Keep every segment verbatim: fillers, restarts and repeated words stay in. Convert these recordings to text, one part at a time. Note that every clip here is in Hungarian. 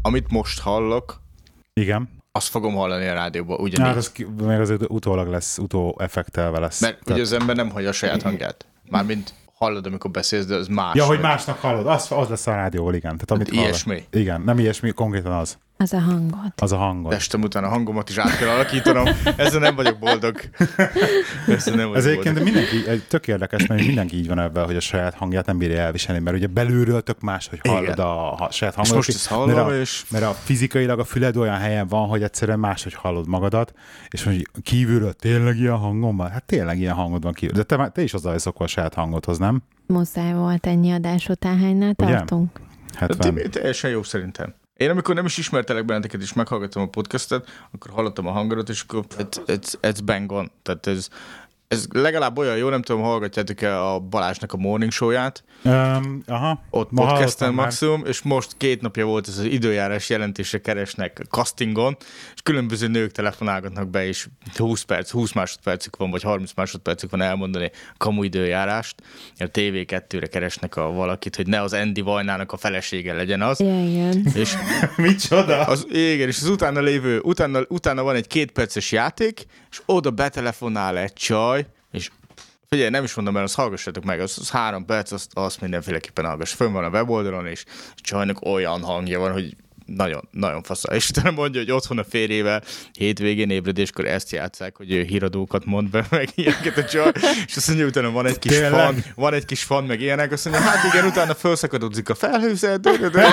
amit most hallok, igen. azt fogom hallani a rádióban ugyanígy. Hát az meg az utólag lesz, utó effektelve lesz. Mert tehát... ugye az ember nem hagyja a saját hangját. Mármint hallod, amikor beszélsz, de az más. Ja, hogy másnak hallod. Az, az lesz a rádióval, igen. Tehát, amit hát ilyesmi. Igen, nem ilyesmi, konkrétan az. Az a hangod. Az a hangod. Testem után a hangomat is át kell alakítanom. Ezzel nem vagyok boldog. Ezzel nem vagyok Ez egyébként boldog. mindenki, tök érdekes, mert mindenki így van ebben, hogy a saját hangját nem bírja elviselni, mert ugye belülről tök más, hogy hallod igen. a, a saját hangot. Most ezt hallom, mert a, és... mert a fizikailag a füled olyan helyen van, hogy egyszerűen máshogy hallod magadat, és hogy kívülről tényleg ilyen hangom van? Hát tényleg ilyen hangod van kívül. De te, te is hozzá szokva a saját hangodhoz, nem? Muszáj volt ennyi adás után, hánynál tartunk? hetven. Teljesen jó szerintem. Én amikor nem is ismertelek benneteket, és meghallgattam a podcastet, akkor hallottam a hangodat, és akkor it's, it's, it's bang on. Tehát ez, ez legalább olyan jó, nem tudom, hallgatjátok-e a Balázsnak a morning show-ját. Um, aha. Ott Ma podcasten maximum, és most két napja volt ez az időjárás jelentésre keresnek castingon, és különböző nők telefonálgatnak be, és húsz perc, húsz másodpercük van, vagy harminc másodpercük van elmondani kamu időjárást. A té vé kettőre keresnek a valakit, hogy ne az Andy Vajnának a felesége legyen az. Igen. És micsoda? Az, igen, és az utána lévő, utána, utána van egy kétperces játék, és oda betelefonál egy csaj, és figyelj, nem is mondom el, azt hallgassátok meg, az, az három perc, azt, azt mindenféleképpen hallgass. Fönn van a weboldalon, és csajnak olyan hangja van, hogy nagyon, nagyon fasza. És utána mondja, hogy otthon a férjével hétvégén ébredéskor ezt játsszák, hogy ő híradókat mond be, meg ilyeneket a csaj, és azt mondja, utána van egy kis Tényleg? fan, van egy kis fan, meg ilyenek, azt mondja, hát igen, utána felszakadodzik a felhőzet,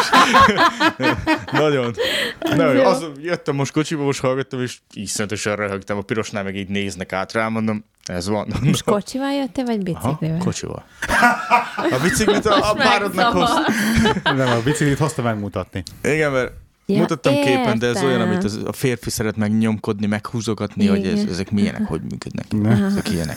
nagyon. nagyon jó. Az, jöttem most kocsiba, most hallgattam, és iszonyatosan röhögtem, a pirosnál meg így néznek át rám, mondom, ez van. És kocsival jöttél, vagy biciklivel? Aha, kocsival. A biciklit a, a párodnak hozta. Nem, a biciklit hozta megmutatni. Igen, mert ja, mutattam értem. képen, de ez olyan, amit az, a férfi szeret megnyomkodni, meghúzogatni, hogy ez, ezek milyenek, hogy működnek. Ne. Ezek ilyenek.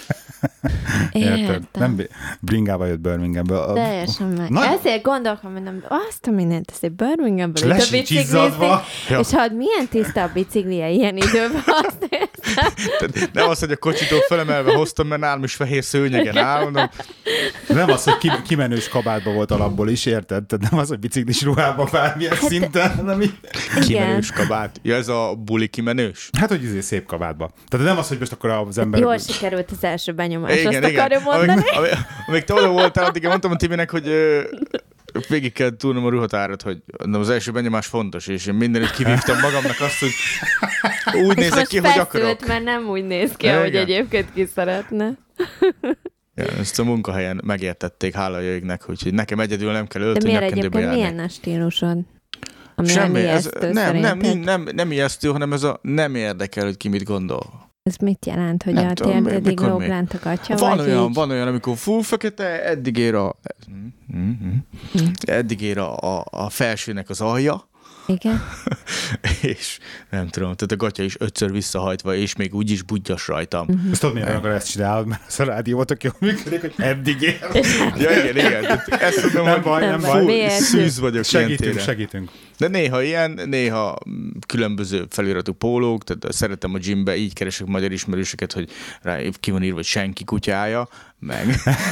Érted? Nem bringával jött Birminghamből. Teljesen meg. Na, ezért gondolkom, hogy nem, azt a mindent, ezt egy Birminghamből le itt a sincs biciklizni, izzadva. Ja. és ha milyen tiszta a biciklije ilyen időben, azt értem. Tehát nem az, hogy a kocsitól felemelve hoztam, mert nálam is fehér szőnyegen áll, mondom. Nem az, hogy kim- kimenős kabátba volt alapból is, érted? Tehát nem az, hogy biciklis ruhában bármilyen hát, szinten, hanem így. Kimenős kabát. Ja, ez a buli kimenős? Hát, hogy izé szép kabátba. Tehát nem az, hogy most akkor az ember... Jól sikerült az első benyomás, Igen, azt igen. akarom mondani. Amíg, amíg, amíg te oda voltál, addig én mondtam a Tibinek, hogy ö, végig kell túlnom a ruhatárat, hogy az első benyomás fontos, és én mindenütt kivívtam magamnak azt, hogy úgy és nézek ki, hogy feszült, akarok. mert nem úgy néz ki, Igen. ahogy egyébként ki szeretne. Ja, ezt a munkahelyen megértették, hála a jöjjnek, úgyhogy nekem egyedül nem kell De öltöny, miért nyakkendőbe egyébként járni. milyen a stílusod? Ami Semmi, ez, ijesztő nem, nem, szerinted? nem, nem ijesztő, hanem ez a nem érdekel, hogy ki mit gondol. Ez mit jelent, hogy Nem a tudom, térdedig mikor még? lógránt a gatya, Van vagy olyan, így? van olyan, amikor full fekete, eddig ér a, mm-hmm. eddig ér a, a, a felsőnek az alja, Igen? és nem tudom, tehát a gatya is ötször visszahajtva, és még úgyis budjas rajtam. Uh-huh. Ezt tudod, miért akkor ezt csinálod, mert az a rádió tök jól működik, hogy eddig ér. Ja, igen, igen. Tehát ezt mondom, Nem hogy baj, nem baj. baj. Miért? szűz vagyok ilyen Segítünk, téren. segítünk. De néha ilyen, néha különböző feliratú pólók, tehát szeretem a gymbe, így keresek magyar ismerősöket, hogy rá ki van írva, hogy senki kutyája, meg.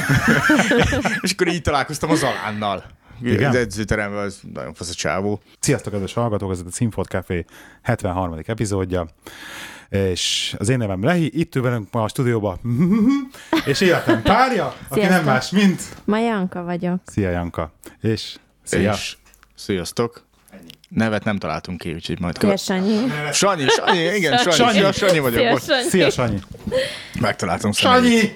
És akkor így találkoztam az Alánnal. Igen? Az edzőteremben, az nagyon fasz a csávó. Sziasztok, kedves hallgatók, ez a Színfolt Café hetvenharmadik epizódja. És az én nevem Lehi, itt ül velünk ma a stúdióban, és életem párja, aki Sziasztok. nem más, mint... Ma Janka vagyok. Szia, Janka. És szia. És sziasztok. Nevet nem találtunk ki, úgyhogy majd... Szia, Sanyi. Sanyi, Sanyi, igen, Sanyi, Sanyi. Sanyi, Sanyi vagyok. Szia, Most Sanyi. Szia, Sanyi. megtaláltam Sanyi. Sanyi!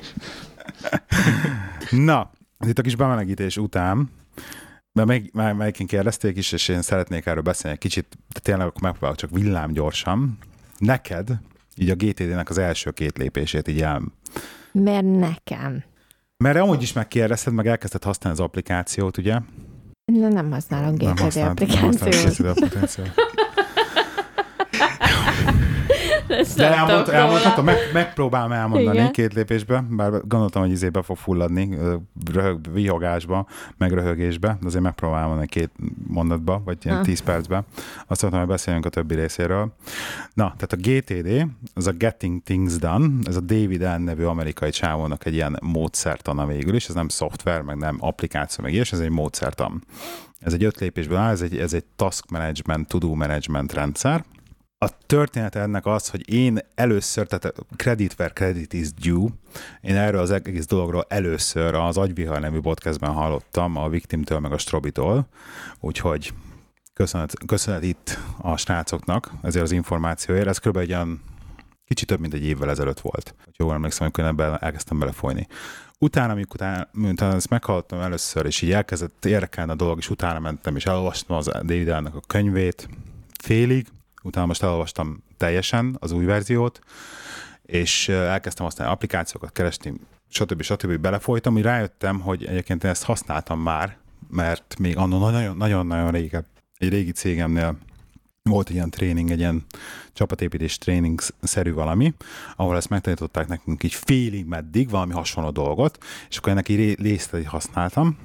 Na, itt a kis bemelegítés után, mert meg, meg, melyiként kérdezték is, és én szeretnék erről beszélni egy kicsit, de tényleg akkor megpróbálok csak villám gyorsan. Neked, így a gé té dé-nek az első két lépését így el... Mert nekem. Mert amúgy is megkérdezted, meg elkezdted használni az applikációt, ugye? Na, nem használok gé té dé Nem használod- nem használod applikációt. gé té dé applikációt. De elmond, elmondhatom, meg, megpróbálom elmondani Igen. két lépésbe, bár gondoltam, hogy izébe fog fulladni, röhög, vihogásba, meg röhögésbe, de azért megpróbálom mondani két mondatba, vagy ilyen Ah. tíz percben. Azt mondtam, hogy beszéljünk a többi részéről. Na, tehát a gé té dé, az a Getting Things Done, ez a David Allen nevű amerikai csávónak egy ilyen módszertana végül is, ez nem szoftver, meg nem applikáció, meg ilyes, ez egy módszertan. Ez egy öt lépésből áll, ez egy, ez egy task management, to-do management rendszer. A történet ennek az, hogy én először, tehát credit where credit is due, én erről az egész dologról először az Agyvihar nevű podcastben hallottam a Victimtől meg a Strobitól, úgyhogy köszönet, köszönet itt a srácoknak ezért az információért. Ez kb. Egy olyan kicsit több, mint egy évvel ezelőtt volt. Jól emlékszem, amikor ebben elkezdtem belefolyni. Utána, amikor utána, utána ezt meghallottam először, és így elkezdett érdekelni a dolog, és utána mentem, és elolvastam az David Allennek a könyvét félig, utána most elolvastam teljesen az új verziót, és elkezdtem használni applikációkat keresni, stb. stb. Belefolytam, hogy rájöttem, hogy egyébként én ezt használtam már, mert még annól nagyon-nagyon régen egy régi cégemnél volt egy ilyen tréning, egy ilyen csapatépítés tréning-szerű valami, ahol ezt megtanították nekünk így félig meddig, valami hasonló dolgot, és akkor ennek így részt használtam.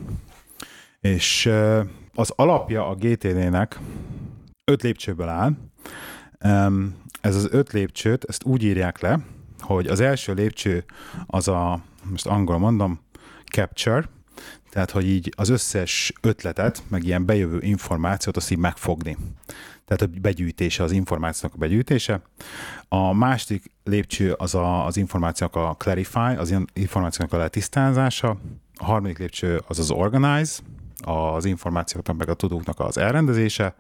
És az alapja a gé té dé-nek öt lépcsőből áll. Ez az öt lépcsőt, ezt úgy írják le, hogy az első lépcső az a, most angolul mondom, capture, tehát, hogy így az összes ötletet, meg ilyen bejövő információt azt így megfogni. Tehát a begyűjtése, az információnak a begyűjtése. A második lépcső az a, az információnak a clarify, az információnak a letisztázása. A harmadik lépcső az az organize, az információknak meg a tudóknak az elrendezése.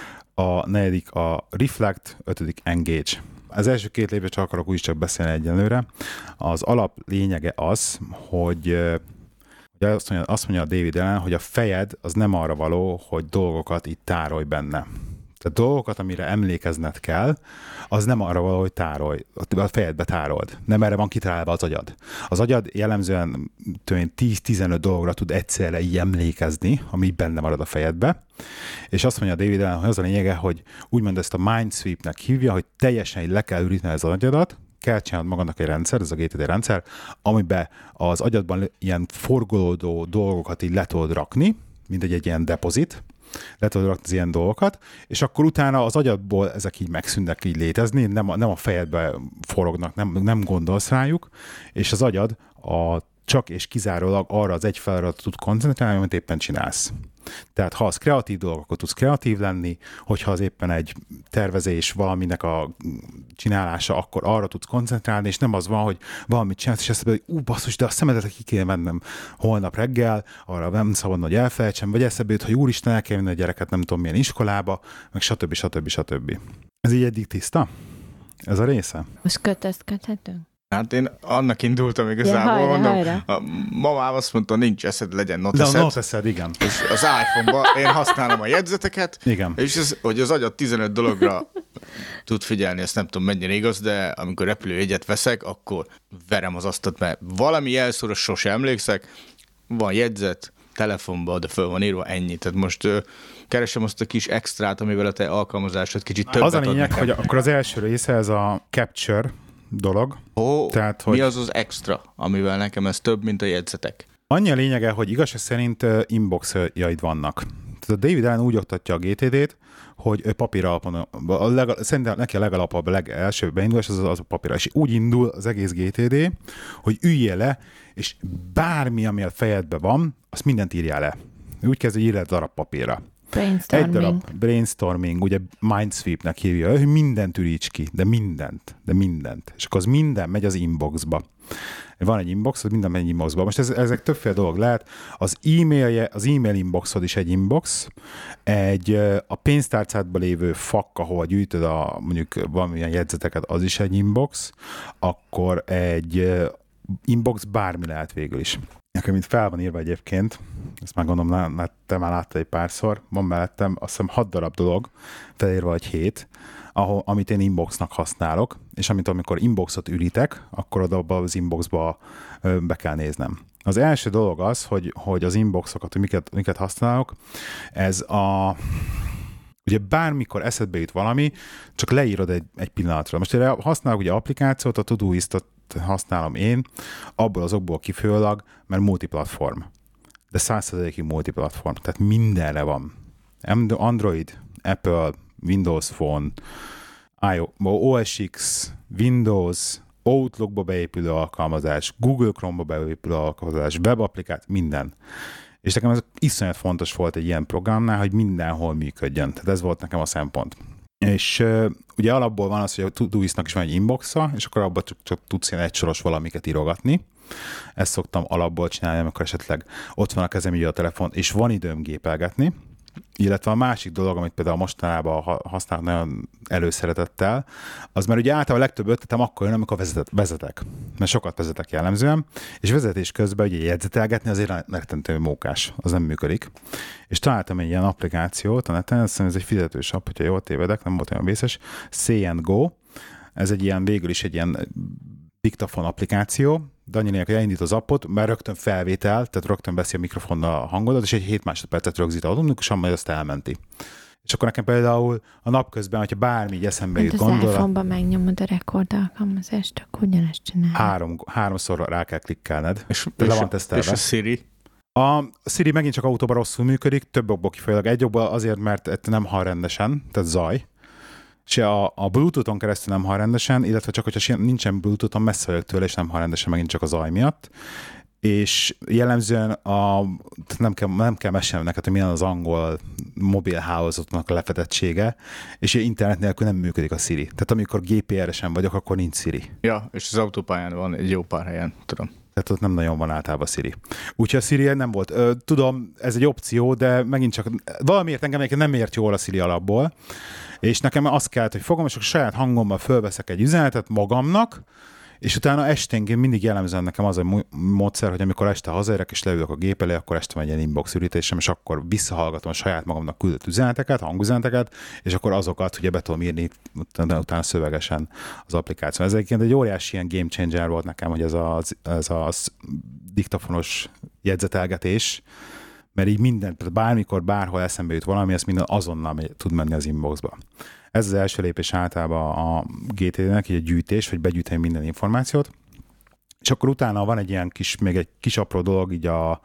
A negyedik a reflect, ötödik engage. Az első két lépcső csak akarok úgyis csak beszélni egyenlőre. Az alap lényege az, hogy Ugye azt mondja, azt mondja a David Allen, hogy a fejed az nem arra való, hogy dolgokat itt tárolj benne. Tehát dolgokat, amire emlékezned kell, az nem arra való, hogy tárolj, a fejedbe tárold. Nem erre van kitalálva az agyad. Az agyad jellemzően tíz-tizenöt dologra tud egyszerre így emlékezni, ami benne marad a fejedbe. És azt mondja a David Allen, hogy az a lényege, hogy úgymond ezt a mind sweep-nek hívja, hogy teljesen így le kell üríteni az agyadat, kell csinálnod magadnak egy rendszer, ez a gé té dé rendszer, amiben az agyadban ilyen forgolódó dolgokat így le tudod rakni, mint egy, egy ilyen depozit, le tudod rakni az ilyen dolgokat, és akkor utána az agyadból ezek így megszűnnek így létezni, nem a, nem a fejedbe forognak, nem, nem gondolsz rájuk, és az agyad a csak és kizárólag arra az egy feladatra tud koncentrálni, amit éppen csinálsz. Tehát ha az kreatív dolog, akkor tudsz kreatív lenni, hogyha az éppen egy tervezés valaminek a csinálása, akkor arra tudsz koncentrálni, és nem az van, hogy valamit csinálsz, és eszedbe, hogy ú, basszus, de a szemedet ki kéne mennem holnap reggel, arra nem szabadna, hogy elfelejtsem, vagy eszedbe jut, hogy úristen, el kell vinni a gyereket nem tudom milyen iskolába, meg stb. stb. stb. Ez így eddig tiszta? Ez a része? Most kötözködhetünk? Hát én annak indultam igazából, Ja, hajrá, mondom, hajrá. a mamám azt mondta, nincs eszed, legyen De a noteszed. noteszed, igen. És az iPhone-ban én használom a jegyzeteket, Igen. és ez, hogy az agyat tizenöt dologra tud figyelni, ezt nem tudom mennyire igaz, de amikor repülőjegyet veszek, akkor verem az asztalt, mert valami jelszóra sose emlékszek, van jegyzet, telefonban, oda föl van írva, ennyi. Tehát most ö, keresem azt a kis extrát, amivel a te alkalmazásod kicsit többet Az a ad lényeg, nekem. hogy akkor az első része ez a capture dolog. Ó, Tehát, mi hogy- az az extra, amivel nekem ez több, mint a jegyzetek? Annyi a lényege, hogy igazság szerint uh, inboxjaid vannak. Tehát a David Allen úgy oktatja a gé té dét, hogy ő papír alapon, a legal, szerintem neki a legalapabb, a legelső beindulás az, az a papír. És úgy indul az egész gé té dé, hogy üljél le, és bármi, ami a fejedben van, azt mindent írjál le. Úgy kezd, hogy írj le darab papírra. Egy Brainstorming. darab brainstorming, ugye mindsweep-nek hívja, hogy mindent üríts ki, de mindent, de mindent. És akkor az minden megy az inboxba. Van egy inbox, az minden megy egy inboxba. Most ez, ezek többféle dolog lehet. Az e-mailje, az e-mail inboxod is egy inbox, egy a pénztárcádban lévő fak, ahol gyűjtöd a, mondjuk valamilyen jegyzeteket, az is egy inbox, akkor egy inbox bármi lehet végül is. Nekem mint fel van írva egyébként, ezt már gondolom, lá, te már láttad egy párszor, van mellettem azt hiszem hat darab dolog, felírva egy hét, ahol, amit én inboxnak használok, és amit amikor inboxot ürítek, akkor oda az inboxba ö, be kell néznem. Az első dolog az, hogy, hogy az inboxokat, hogy miket, miket használok, ez a... Ugye bármikor eszedbe jut valami, csak leírod egy, egy pillanatra. Most erre használok ugye applikációt, a Todoistot használom én, abból azokból kifolyólag, mert multiplatform. De száz százalékig multiplatform, tehát mindenre van. Android, Apple, Windows Phone, o es iksz, Windows, Outlookba beépülő alkalmazás, Google Chrome-ba beépülő alkalmazás, web applikáció, minden. És nekem ez iszonyat fontos volt egy ilyen programnál, hogy mindenhol működjön. Tehát ez volt nekem a szempont. És uh, ugye alapból van az, hogy a Todoistnak is van egy inboxa, és akkor abban csak, csak tudsz ilyen egysoros valamiket írogatni. Ezt szoktam alapból csinálni, amikor esetleg ott van a kezem így a telefon, és van időm gépelgetni. Illetve a másik dolog, amit például mostanában használok nagyon előszeretettel, az már ugye általában a legtöbb ötletem akkor jön, amikor vezetek, vezetek. Mert sokat vezetek jellemzően, és vezetés közben ugye jegyzetelgetni azért rettentő mókás, az nem működik. És találtam egy ilyen applikációt a neten, azt hiszem ez egy fizetős app, hogyha jól tévedek, nem volt olyan vészes, Say and Go. Ez egy ilyen, végül is egy ilyen diktafon applikáció, de annyi nélkül elindít az appot, mert rögtön felvétel, tehát rögtön veszi a mikrofonnal a hangodat, és egy hét másodpercet rögzít automatikusan, majd azt elmenti. És akkor nekem például a napközben, hogyha bármi így eszembe jut gondolat... Az iPhone-ban megnyomod a rekord alkalmazást, akkor ugyanezt csinálja. Három, háromszor rá kell klikkelned. És, de és, le van tesztelve. és a Siri? A Siri megint csak autóban rosszul működik, több okból kifolyólag. Egy okból azért, mert nem hall rendesen, tehát zaj. És a, a Bluetooth-on keresztül nem hall rendesen, illetve csak, hogyha nincsen Bluetooth-on, messze vagyok tőle, és nem hall rendesen megint csak a zaj miatt. És jellemzően a, nem, kell, nem kell mesélni neked, hogy milyen az angol mobil hálózatnak a lefedettsége, és internet nélkül nem működik a Siri. Tehát amikor gé pé er-esen vagyok, akkor nincs Siri. Ja, és az autópályán van egy jó pár helyen, tudom. Tehát ott nem nagyon van általában Siri. Úgyhogy a Siri nem volt. Ö, tudom, ez egy opció, de megint csak valamiért engem nem ért jól a Siri alapból, és nekem azt kellett, hogy fogom, és a saját hangommal fölveszek egy üzenetet magamnak, és utána esténként mindig jellemzően nekem az a módszer, hogy amikor este hazaérek és leülök a gép elé, akkor este megy egy inbox ürítésem, és akkor visszahallgatom a saját magamnak küldött üzeneteket, hangüzeneteket, és akkor azokat ugye be tudom írni utána, utána szövegesen az applikáció. Ez egyébként egy óriási ilyen game changer volt nekem, hogy ez a, ez a diktafonos jegyzetelgetés, mert így minden, bármikor, bárhol eszembe jut valami, ez minden azonnal megy, tud menni az inboxba. Ez az első lépés általában a gé té dé-nek, egy gyűjtés, hogy begyűjteni minden információt, és akkor utána van egy ilyen kis, még egy kis apró dolog így a,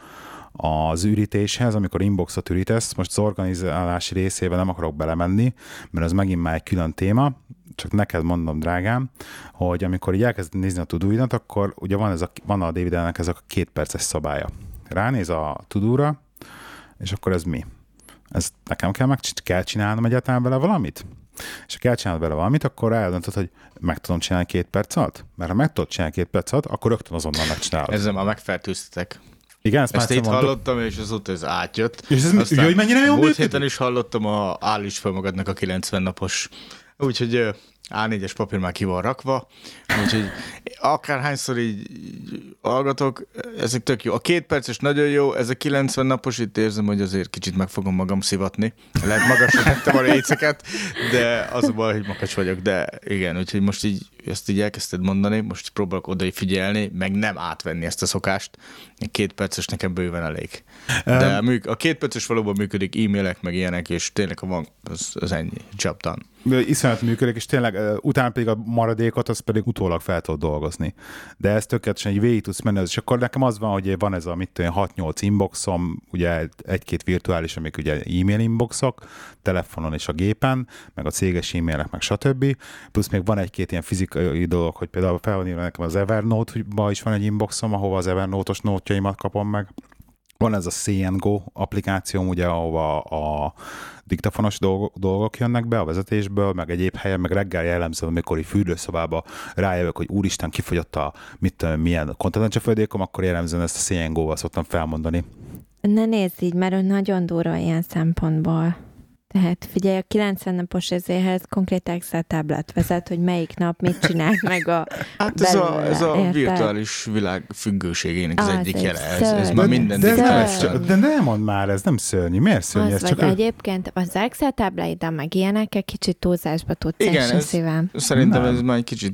az ürítéshez, amikor inboxot ürítesz, most az organizálási részével nem akarok belemenni, mert az megint már egy külön téma, csak neked mondom, drágám, hogy amikor így elkezded nézni a to-do-idat, akkor ugye van, ez a, van a David-nek ez a két perces szabálya. Ránéz a to-do-ra, és akkor ez mi? Ez nekem kell, meg kell csinálnom egyáltalán vele valamit? És ha kell csinálni vele valamit, akkor eldöntöd, hogy meg tudom csinálni két perc alatt? Mert ha meg tudod csinálni két perc alatt, akkor rögtön azonnal megcsinálod. Ezzel már megfertőztetek. Igen, ezt, ezt itt hallottam, és azóta ez átjött. És ez mi, hogy mennyire jó múlt héten is hallottam a állíts fel magadnak a kilencven napos. Úgyhogy á négyes papír már ki van rakva, úgyhogy akárhányszor így hallgatok, ezek tök jó. A két perces nagyon jó, ez a kilencven napos, itt érzem, hogy azért kicsit meg fogom magam szivatni. Lehet magasra tettem a réceket, de az a baj, hogy makacs vagyok, de igen, úgyhogy most így ezt így elkezdted mondani, most próbálok oda figyelni, meg nem átvenni ezt a szokást. Két perces nekem bőven elég. De a két perces valóban működik, e-mailek, meg ilyenek, és tényleg ha van, az, az ennyi, job done. Iszonyat működik, és tényleg utána pedig a maradékot, az pedig utólag fel tudod dolgozni. De ez tökéletesen így végig tudsz menni, és akkor nekem az van, hogy van ez a mit tudom, hat-nyolc inboxom, ugye egy-két virtuális, amik ugye e-mail inboxok, telefonon és a gépen, meg a céges e-mailek, meg stb. Plusz még van egy-két ilyen fizikai dolog, hogy például fel van írva nekem az Evernote-ban is van egy inboxom, ahova az Evernote-os nótjaimat kapom meg. Van ez a Say and Go applikációm, ugye, ahova a diktafonos dolgok, dolgok jönnek be a vezetésből, meg egyéb helyen, meg reggel jellemzően, amikor így fürdőszobába rájövök, hogy úristen, kifogyott a mit tudom, milyen kontinenscsapöldékom, akkor jellemzően ezt a Say and Go-val szoktam felmondani. Ne nézz így, mert ő nagyon durva ilyen szempontból. Tehát figyelj, a kilencven napos ezéhez konkrét Excel táblát vezet, hogy melyik nap mit csinál meg a hát ez belőle, a, ez a virtuális világ függőségének az, az egyik jele. Ez, ez már minden de, de, de nem mondd már, ez nem szörnyű. Miért szörnyű? Az ez vagy csak egyébként az Excel tábláiddal meg ilyenekkel kicsit túlzásba tudsz esni szívem. Szerintem nem. Ez már egy kicsit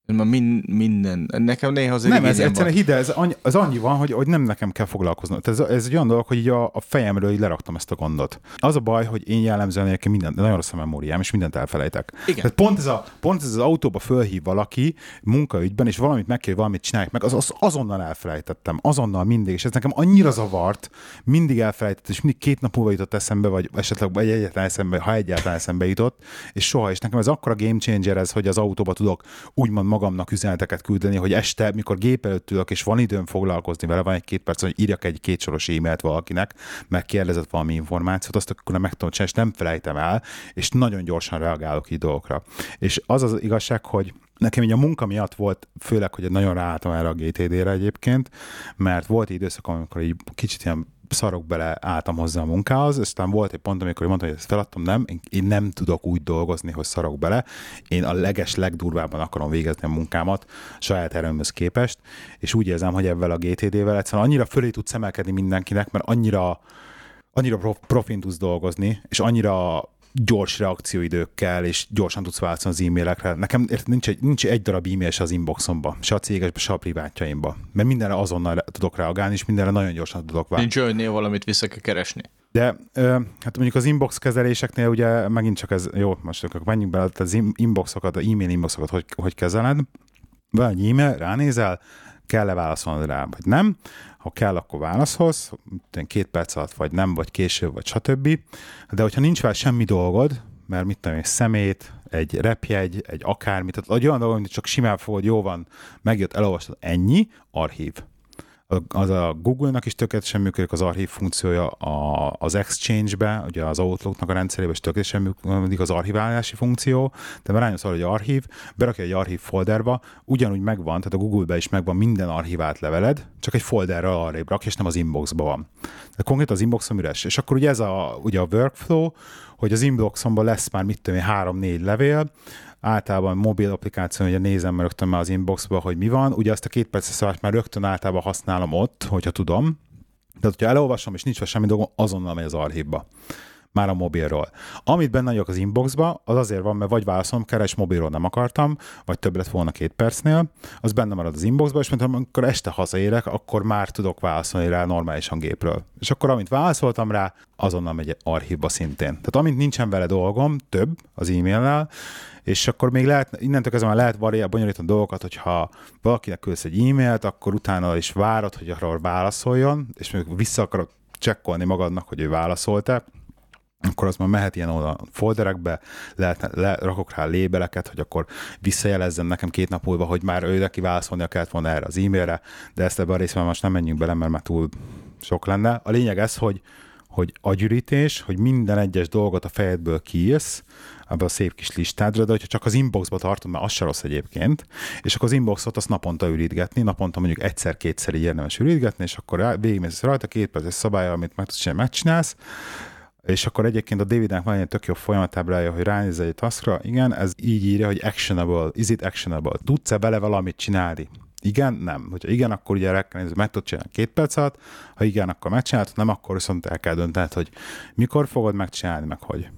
Ma min, minden. Nekem néha azért nem, ez egyszerűen hide, ez annyi, az annyi van, hogy, hogy nem nekem kell foglalkoznom. Ez, ez egy olyan dolog, hogy így a, a fejemről így leraktam ezt a gondot. Az a baj, hogy én jellemzően nekem minden, nagyon rossz a memóriám, és mindent elfelejtek. Igen. Tehát pont ez, a, pont ez az autóba fölhív valaki munkaügyben, és valamit megkér, valamit csinálják meg, az, az azonnal elfelejtettem. Azonnal mindig, és ez nekem annyira zavart, mindig elfelejtett, és mindig két nap múlva jutott eszembe, vagy esetleg egy egyáltalán eszembe, ha egyáltalán eszembe jutott, és soha. És nekem ez akkora game changer ez, hogy az autóba tudok úgymond magamnak üzeneteket küldeni, hogy este, mikor gép előtt ülök, és van időm foglalkozni vele, van egy-két perc, hogy írjak egy kétsoros e-mailt valakinek, meg kérdezett valami információt, azt akkor meg tudom csinálni, és nem felejtem el, és nagyon gyorsan reagálok így dolgokra. És az az igazság, hogy nekem így a munka miatt volt, főleg, hogy nagyon ráálltam erre a gé té dé-re egyébként, mert volt egy időszak, amikor így kicsit ilyen szarok bele álltam hozzá a munkához, aztán volt egy pont, amikor mondtam, hogy ezt feladtam, nem, én nem tudok úgy dolgozni, hogy szarok bele, én a leges, legdurvábban akarom végezni a munkámat saját erőmhöz képest, és úgy érzem, hogy ebben a gé té dé-vel egyszerűen annyira fölé tudsz emelkedni mindenkinek, mert annyira, annyira profin tudsz dolgozni, és annyira gyors reakcióidőkkel, és gyorsan tudsz válaszolni az e-mailekre. Nekem nincs egy, nincs egy darab e-mail se az inboxomba, se a cégesbe, se a privátjaimba. Mert mindenre azonnal tudok reagálni, és mindenre nagyon gyorsan tudok válaszolni. Nincs olyannél valamit vissza kell keresni. De hát mondjuk az inbox kezeléseknél ugye megint csak ez, jó, most akkor menjünk bele, az inboxokat, az e-mail inboxokat hogy, hogy kezeled. Van egy e-mail, ránézel, kell-e válaszolni rá, vagy nem. Ha kell, akkor válaszolsz, két perc alatt, vagy nem, vagy később, vagy stb. De hogyha nincs vele semmi dolgod, mert mit tudom, egy szemét, egy repjegy, egy akármit, tehát olyan dolog, amit csak simán fogod, jó van, megjött, elolvastad, ennyi, archív. Az a Google-nak is tökéletesen működik az archív funkciója, a, az Exchange-be, ugye az Outlook-nak a rendszerében is tökéletesen működik az archiválási funkció, de már rányomsz arra, hogy archív, berakja egy archív folderba, ugyanúgy megvan, tehát a Google-be is megvan minden archivált leveled, csak egy folderrel arrébb rak, és nem az inboxba van. De konkrétan az inboxom üres. És akkor ugye ez a, ugye a workflow, hogy az inboxomban lesz már mit tudom én, három-négy levél, általában mobil applikáción, ugye nézem már rögtön már az inboxba, hogy mi van. Ugye azt a két perces szavakat már rögtön általában használom ott, hogyha tudom. Tehát, hogyha elolvasom, és nincs semmi dolgom, azonnal megy az archívba. Már a mobilról. Amit benne vagyok az inboxba, az azért van, mert vagy válaszolom kell, és mobilról nem akartam, vagy több lett volna két percnél, az benne marad az inboxba, és mondtam, amikor este hazaérek, akkor már tudok válaszolni rá normálisan gépről. És akkor, amit válaszoltam rá, azonnal megy archívba szintén. Tehát amint nincsen vele dolgom, több az e-mailnel, és akkor még lehet, innentől kezdve már lehet variálni, bonyolítani dolgokat, hogyha valakinek küldsz egy e-mailt, akkor utána is várod, hogy arról válaszoljon, és még vissza akarod csekkolni magadnak, hogy ő válaszolt-e, akkor az már mehet ilyen oda folderekbe, lehet, le, rakok rá lébeleket, hogy akkor visszajelezzen nekem két nap múlva, hogy már ő neki válaszolnia kellett volna erre az e-mailre, de ezt ebben a részben most nem menjünk bele, mert már túl sok lenne. A lényeg ez, hogy, hogy agyürítés, hogy minden egyes dolgot a fejedből kiírsz, abban a szép kis listádra, de hogyha csak az inboxba tartom, mert az se rossz egyébként, és akkor az inboxot azt naponta ürítgetni, naponta mondjuk egyszer-kétszer így érdemes ürítgetni, és akkor végigmész rajta, két perces szabálya, amit meg tudsz csinálni, megcsinálsz, és akkor egyébként a Davidnek van egy tök jó folyamatábrája, hogy ránézze egy taskra, igen, ez így írja, hogy actionable, is it actionable? Tudsz-e vele valamit csinálni? Igen, nem. Hogyha igen, akkor ugye rá kell nézni, meg tudod csinálni két perc alatt, ha igen, akkor megcsinálod, nem, akkor viszont el kell döntened, hogy mikor fogod megcsinálni, meg hogy.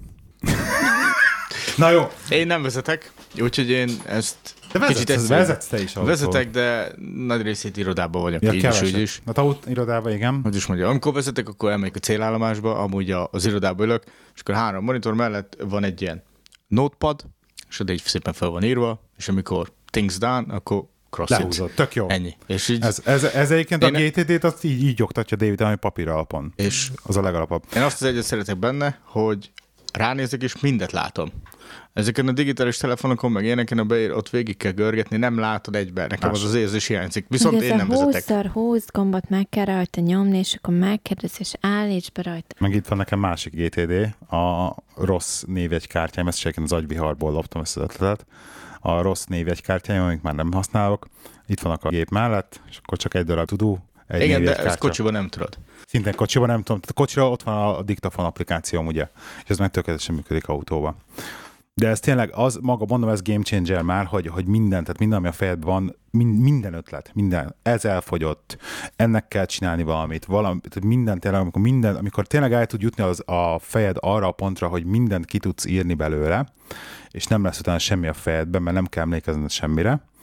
Na jó. Én nem vezetek, úgyhogy én ezt de vezetsz, kicsit vezetsz te is autó. Vezetek, de nagy részét irodában vagyok, ja, így is, úgy is. Hát aut irodában, igen. Hogy is mondja, amikor vezetek, akkor elmegyek a célállomásba, amúgy az irodába ülök, és akkor három monitor mellett van egy ilyen notepad, és oda így szépen fel van írva, és amikor things done, akkor cross lehúzod, tök jó. Ennyi. És így, ez, ez, ez egyébként a gé té dét azt így, így oktatja David, ami papír alapon. És az a legalapabb. Én azt az egyet szeretek benne, hogy ránézek, és mindet látom. Ezeken a digitális telefonokon, meg ilyeneken a beír, ott végig kell görgetni, nem látod egyben. Nekem az az érzés hiányzik. Viszont én nem vezetek. húszszor húsz gombot meg kell rajta nyomni, és akkor megkérdez, és állíts be rajta. Meg itt van nekem másik gé té dé, a rossz névjegykártyám, ezt egyébként az agyviharból loptam ezt az ötletet. A rossz névjegykártyáim, amik már nem használok, itt vannak a gép mellett, és akkor csak egy darab tudó, egy igen, de ezt kocsiban nem tudod. Szintén kocsiban nem tudom. Tehát a kocsira ott van a diktafon applikációm, ugye, és ez meg tökéletesen működik autóban. De ez tényleg az, maga mondom, ez game changer már, hogy, hogy minden, tehát minden, ami a fejedben van, minden ötlet, minden, ez elfogyott, ennek kell csinálni valamit, valami, tehát minden tényleg, amikor, minden, amikor tényleg el tud jutni az a fejed arra a pontra, hogy mindent ki tudsz írni belőle, és nem lesz utána semmi a fejedben, mert nem kell emlékezni semmire,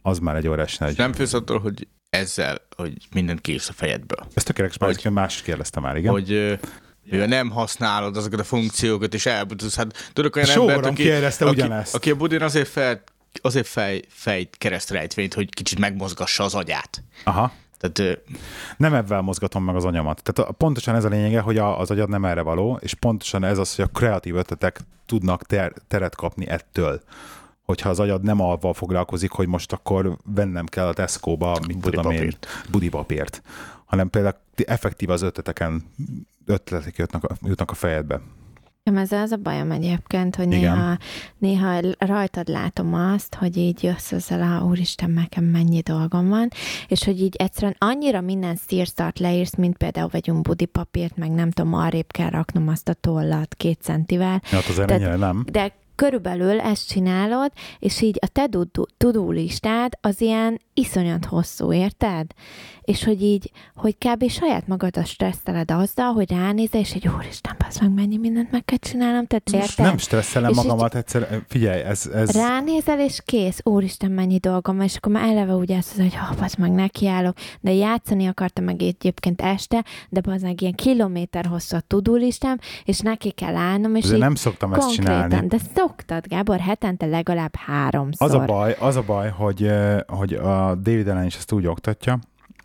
az már egy óriási nagy. Nem félsz attól, hogy ezzel, hogy mindent kiírsz a fejedből. Ez tökéletes, mert hogy, más is kérdeztem már, igen. Hogy mivel nem használod azokat a funkciókat, és elbudulsz. Hát tudok olyan Sógorom embert, aki, kérdezte aki, ugyanezt. aki a budin azért fel, azért fej, fej keresztrejtvényt, hogy kicsit megmozgassa az agyát. Aha. Tehát, nem ebben mozgatom meg az anyamat. Tehát pontosan ez a lényege, hogy az agyad nem erre való, és pontosan ez az, hogy a kreatív ötletek tudnak ter- teret kapni ettől. Hogyha az agyad nem avval foglalkozik, hogy most akkor vennem kell a Tesco-ba, mit tudom én, budipapírt, hanem például effektív az ötleteken, ötletek jutnak a, jutnak a fejedbe. Ez az a bajom egyébként, hogy néha, néha rajtad látom azt, hogy így jössz ezzel a úristen, nekem mennyi dolgom van, és hogy így egyszerűen annyira minden szírszart leírsz, mint például vegyünk budipapírt, meg nem tudom, arrébb kell raknom azt a tollat két centivel. Ja, hát azért ennyire nem. De körülbelül ezt csinálod, és így a te to-do listád az ilyen iszonyat hosszú, érted? És hogy így, hogy kb. Saját magadat stresszeled azzal, hogy ránézel, és egy úristen, bassz meg, mennyi mindent meg kell csinálnom, tehát érted? Nem stresszelem és magamat egyszer, figyelj, ez, ez... Ránézel, és kész, úristen, mennyi dolgom van, és akkor már eleve úgy azt hogy ha, bassz meg, nekiállok, de játszani akartam meg egyébként este, de bassz meg ilyen kilométer hosszú a to-do listám, és neki kell állnom, és így nem szoktam ezt csinálni. De szoktad, Gábor, hetente legalább háromszor. Az a baj, az a baj, hogy, hogy a David Allen is ezt úgy oktatja,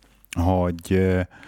hogy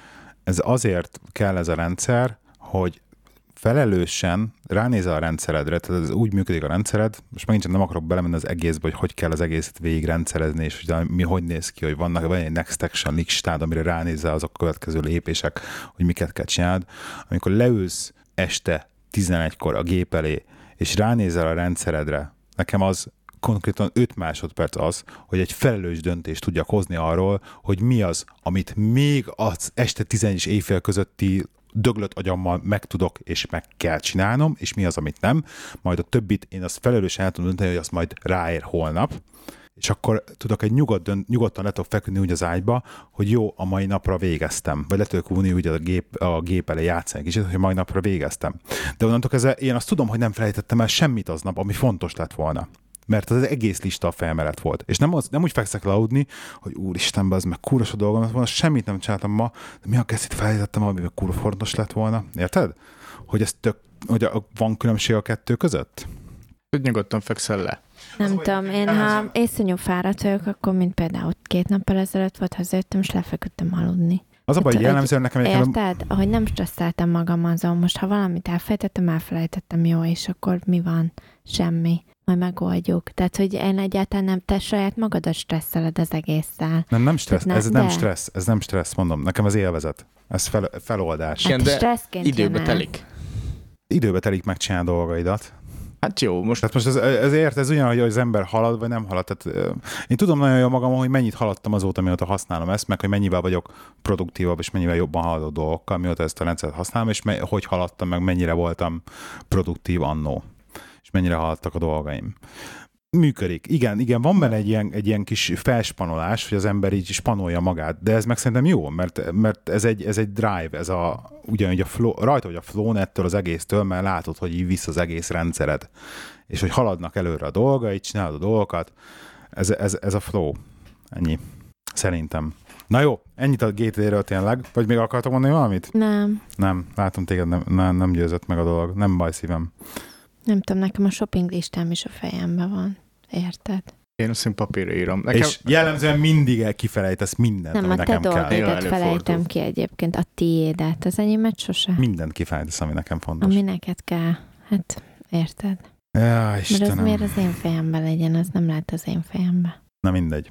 ez azért kell ez a rendszer, hogy felelősen ránézel a rendszeredre, tehát ez úgy működik a rendszered, most megint nem akarok belemenni az egészbe, hogy hogy kell az egészet végig rendszerezni, és hogy mi hogy néz ki, hogy vannak, van egy next action listád, amire ránézel azok a következő lépések, hogy miket kell csinálni. Amikor leülsz este tizenegykor a gép elé, és ránézel a rendszeredre, nekem az konkrétan öt másodperc az, hogy egy felelős döntést tudjak hozni arról, hogy mi az, amit még az este tizenegy és éjfél közötti döglött agyammal meg tudok és meg kell csinálnom, és mi az, amit nem. Majd a többit én azt felelősen el tudom dönteni, hogy azt majd ráér holnap, és akkor tudok egy nyugodt dönt, nyugodtan le tudok feküdni úgy az ágyba, hogy jó, a mai napra végeztem. Vagy le tudok ülni úgy a gép, a gép elé játszani kicsit, hogy a mai napra végeztem. De onnantól kezdve én azt tudom, hogy nem felejtettem el semmit aznap, ami fontos lett volna. Mert az egész lista a felmelet volt. És nem, az, nem úgy fekszek le aludni, hogy úristen, az meg kúros a dolgom lett volna, semmit nem csináltam ma, de mi a kezdét felejtettem, ami meg kúra fontos lett volna. Érted? Hogy, ez tök, hogy van különbség a kettő között? Hogy nyugodtan fekszel le. Nem tudom, én ha észonyú fáradt vagyok, akkor mint például két nappal ezelőtt volt, hazajöttem, és lefeküdtem aludni. Az a baj, hogy jellemzően nekem... Érted? Ahogy nem stresszeltem magam azon, most ha valamit elfelejtettem, elfelejtettem, jó, és akkor mi van? Semmi. Majd megoldjuk. Tehát, hogy én egyáltalán nem, te saját magadat stresszeled az egésszel. Nem, nem stressz, nem, ez nem de... stressz, ez nem stressz, mondom. Nekem az élvezet. Ez fel, feloldás. Hát Igen, de időbe telik. Időbe telik megcsinálni dolgaidat. Hát jó, most... Tehát most ez, ezért ez ugyan, hogy az ember halad, vagy nem halad. Tehát, én tudom nagyon jól magam, hogy mennyit haladtam azóta, mióta használom ezt, meg hogy mennyivel vagyok produktívabb, és mennyivel jobban haladó dolgokkal, mióta ezt a rendszert használom, és me, hogy haladtam, meg mennyire voltam produktív annó, és mennyire haladtak a dolgaim. Működik. Igen, igen, van benne egy ilyen, egy ilyen kis felspanolás, hogy az ember így spanolja magát, de ez meg szerintem jó, mert, mert ez, egy, ez egy drive, ez a, ugyanúgy a flow, rajta vagy a flow ettől az egésztől, mert látod, hogy így visz az egész rendszered, és hogy haladnak előre a dolgaid, csinálod a dolgokat, ez, ez, ez a flow. Ennyi. Szerintem. Na jó, ennyit a gé té á-ről tényleg, vagy még akartok mondani valamit? Nem. Nem, látom téged, nem, nem, nem győzött meg a dolog, nem baj szívem. Nem tudom, nekem a shopping listám is a fejemben van. Érted? Én azt én papírra írom. Nekem... És jellemzően mindig kifelejtesz mindent, nem, ami nekem kell. Nem, a te dolgaidat felejtem ki egyébként, a tiédet, az enyémet sose. Mindent kifelejtesz, ami nekem fontos. Ami neked kell. Hát, érted? Ja, Istenem. Mert az miért az én fejemben legyen, az nem lehet az én fejemben. Na mindegy.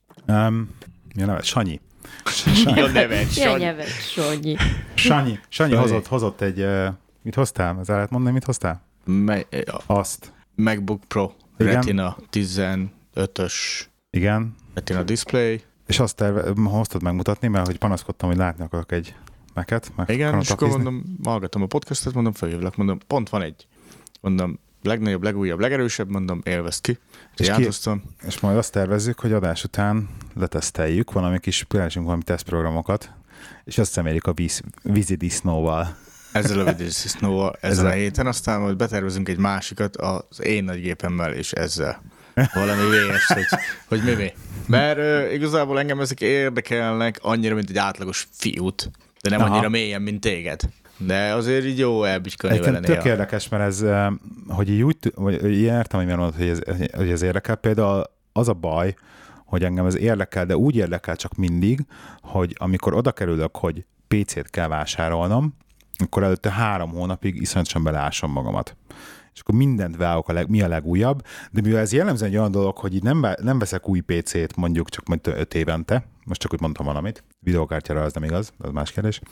Um, mi a neve? Sanyi. Sanyi. Jó nevet, Sanyi. Jó nevet, Sanyi. Sanyi. Sanyi hozott, hozott egy... Uh, mit hoztál? Ez el lehet mondani, mit hoztál? Me- Azt. MacBook Pro. Igen? Retina tizenötös. Igen. Retina display. És azt terve, hoztad megmutatni, mert hogy panaszkodtam, hogy látni akarok egy Mac-et. Meg igen, és akkor mondom, hallgatom a podcastot, mondom, feljövök, mondom, pont van egy, mondom, legnagyobb, legújabb, legerősebb, mondom, élvezd ki. És, ki, és majd azt tervezzük, hogy adás után leteszteljük, valami kis, például valami tesztprogramokat, és azt személjük a víz, vízi disznóval. Ezzel a vízidisznóval ezen a héten, aztán majd betervezünk egy másikat az én nagy gépemmel, és ezzel. valami vélyes, hogy, hogy mi mi. Mert uh, igazából engem ezek érdekelnek annyira, mint egy átlagos fiút, de nem Aha. annyira mélyen, mint téged. De azért így jó elbügykölni vele néha. Tök érdekes, mert ez, hogy így úgy, vagy így értem, hogy miért mondod, hogy ez, hogy ez érdekel. Például az a baj, hogy engem ez érdekel, de úgy érdekel csak mindig, hogy amikor oda kerülök, hogy pé cét kell vásárolnom, akkor előtte három hónapig iszonyatosan beleásom magamat. És akkor mindent válok, a leg, mi a legújabb, de mivel ez jellemzően egy olyan dolog, hogy így nem, nem veszek új pé cét mondjuk csak majd öt évente, most csak úgy mondtam valamit, videókártyára az nem igaz, az más kérdés.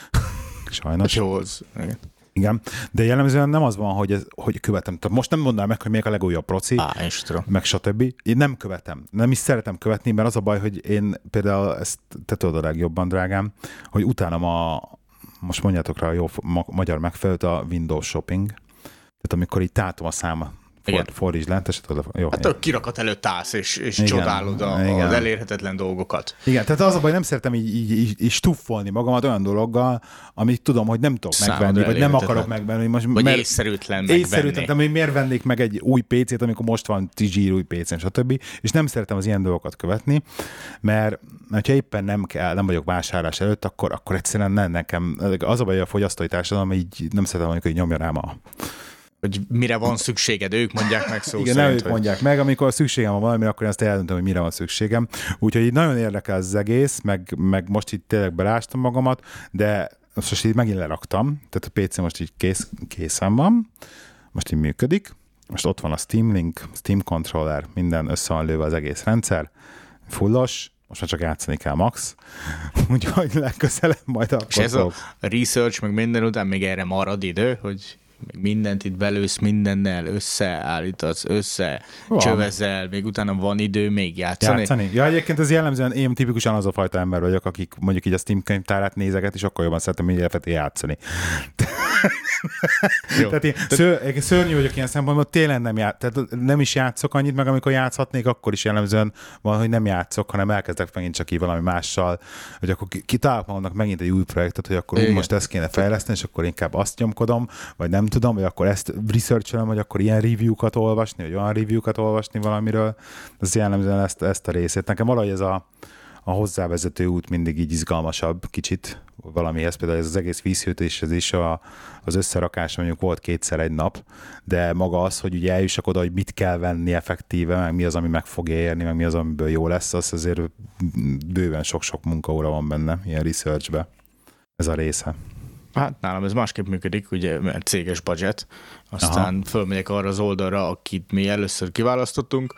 Sajnos. Jó, az. Igen. Igen, de jellemzően nem az van, hogy, ez, hogy követem. Tehát most nem mondanám meg, hogy még a legújabb proci, Á, meg stb. Én nem követem. Nem is szeretem követni, mert az a baj, hogy én például, ezt te tudod a legjobban, drágám, hogy utálom a, most mondjátok rá a jó ma, magyar megfelelőt, a Windows shopping. Tehát amikor így tátom a száma, For, fordítsd le, tessék, jó. Hát tök kirakat előtt állsz, és, és csodálod a, az elérhetetlen dolgokat. Igen, tehát az a baj, nem szeretem így, így, így, így stuffolni magamat olyan dologgal, amit tudom, hogy nem tudok Számodra megvenni, vagy nem akarok megvenni. Most, vagy mert észszerűtlen megvenni. Észszerűtlen, de miért vennék meg egy új pé cét, amikor most van zsír új pé cén, stb. És nem szeretem az ilyen dolgokat követni, mert ha éppen nem kell, nem vagyok vásárlás előtt, akkor, akkor egyszerűen nem nekem. Az a baj, a fogyasztói társadalom, így nem szeretem, amikor így nyomja rám a hogy mire van szükséged, ők mondják meg szó Igen, szerint. Igen, ők mondják meg, amikor szükségem van valami, akkor én azt eldöntöm, hogy mire van szükségem. Úgyhogy így nagyon érdekel az egész, meg, meg most itt tényleg belástam magamat, de most így megint leraktam, tehát a pé cé most így kész, készen van, most így működik, most ott van a Steam Link, Steam Controller, minden össze van lőve az egész rendszer, fullos, most már csak játszani kell max, úgyhogy legközelebb majd akkor És ez a research, meg minden után még erre marad idő, hogy még mindent itt belősz, mindennel összeállítasz, összecsövezel, még utána van idő még játszani. Játszani? Ja, egyébként ez jellemzően én tipikusan az a fajta ember vagyok, akik mondjuk így a Steam könyvtárát nézeget, és akkor jobban szeretem így elfetni játszani. Tehát én ször, szörnyű vagyok ilyen szempontból, tényleg nem, ját, tehát nem is játszok annyit, meg amikor játszhatnék, akkor is jellemzően van, hogy nem játszok, hanem elkezdek megint csak így valami mással, hogy akkor kitálok magamnak megint egy új projektet, hogy akkor most ezt kéne fejleszteni, és akkor inkább azt nyomkodom, vagy nem tudom, vagy akkor ezt researcholom, hogy akkor ilyen review-kat olvasni, vagy olyan review-kat olvasni valamiről. Ez jellemzően ezt, ezt a részét. Nekem valahogy ez a, a hozzávezető út mindig így izgalmasabb kicsit valamihez. Például ez az egész vízhűtés, ez is a, az összerakás, mondjuk volt kétszer egy nap, de maga az, hogy ugye eljussak oda, hogy mit kell venni effektíve, meg mi az, ami meg fogja érni, meg mi az, amiből jó lesz, az azért bőven sok-sok munkaóra van benne, ilyen researchbe. Ez a része. Hát nálam ez másképp működik, ugye, mert céges budget, aztán Aha. fölmegyek arra az oldalra, akit mi először kiválasztottunk,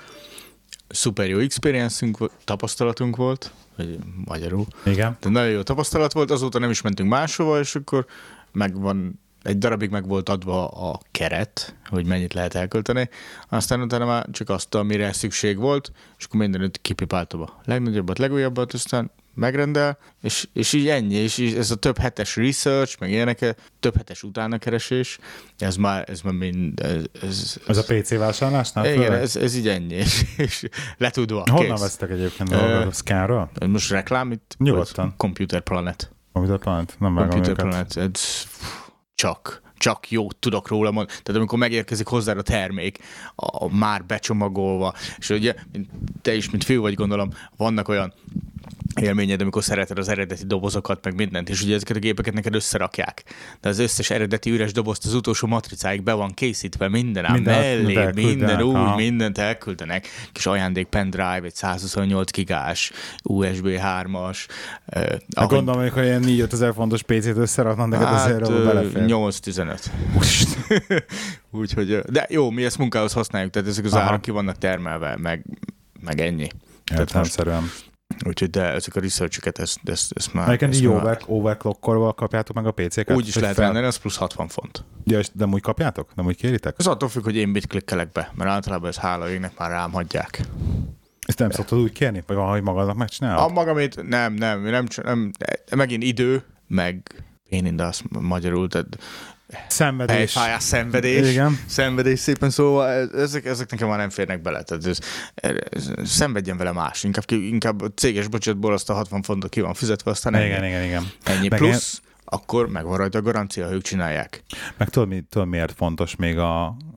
szuper jó experience-ünk, tapasztalatunk volt, vagy magyarul. Igen. De nagyon jó tapasztalat volt, azóta nem is mentünk máshova, és akkor megvan, egy darabig meg volt adva a keret, hogy mennyit lehet elkölteni, aztán utána már csak azt, amire szükség volt, és akkor mindenütt kipipáltam a legnagyobbat, legújabbat, aztán megrendel, és, és így ennyi, és így ez a több hetes research, meg ilyenek, több hetes utánakeresés, ez már, ez már mind... Ez, ez, ez a pé cé vásárlásnál? Igen, ez, ez így ennyi, és, és letudva. Honnan kész. Vesztek egyébként a Scanről? Most reklám itt? Nyugodtan. Computer Planet. Computer Planet? Nem vágom Computer Planet, ez csak... csak jót tudok róla mondani. Tehát amikor megérkezik hozzá a termék, a, a már becsomagolva, és ugye te is, mint fiú vagy, gondolom, vannak olyan élményed, amikor szereted az eredeti dobozokat, meg mindent, és ugye ezeket a gépeket neked összerakják. De az összes eredeti üres dobozt az utolsó matricáig be van készítve, minden ám minden, mellé, minden úgy, ha. mindent elküldenek. Kis ajándék pendrive, egy százhuszonnyolc gigás, u es bé hármas. Eh, ahogy... Gondolom, amikor ilyen négy-öt ezer fontos pé cét összeraknak, neked hát, azért uh, belefér. nyolc tizenöt. Úgyhogy, de jó, mi ezt munkához használjuk, tehát ezek az Aha. árak ki vannak termelve, meg, meg ennyi. Értelemszerűen. Úgyhogy de ezek a research-öket, ezt, ezt, ezt már... Egyébként így over, overclockolva kapjátok meg a pé céket? Úgy is lehet fel... venni, az plusz hatvan font. Ja, és nem úgy kapjátok? Nem úgy kéritek? Ez attól függ, hogy én mit klikkelek be, mert általában ez hála égnek már rám hagyják. Ezt nem szoktad úgy kérni? Vagy van, hogy magadnak megcsinálod? A magamét nem, nem, nem, nem, megint idő, meg én inde azt magyarul, tehát szenvedés. Helyfájás szenvedés. Igen. Szenvedés szépen, szóval ezek, ezek nekem már nem férnek bele. Tehát ez, ez, szenvedjen vele más. Inkább, inkább a céges budgetból azt a hatvan fontot ki van fizetve, aztán ennyi. Igen, igen, igen. Ennyi meg plusz, én... akkor megvan rajta a garancia, ha ők csinálják. Meg tudod, mi, tudod miért fontos még a,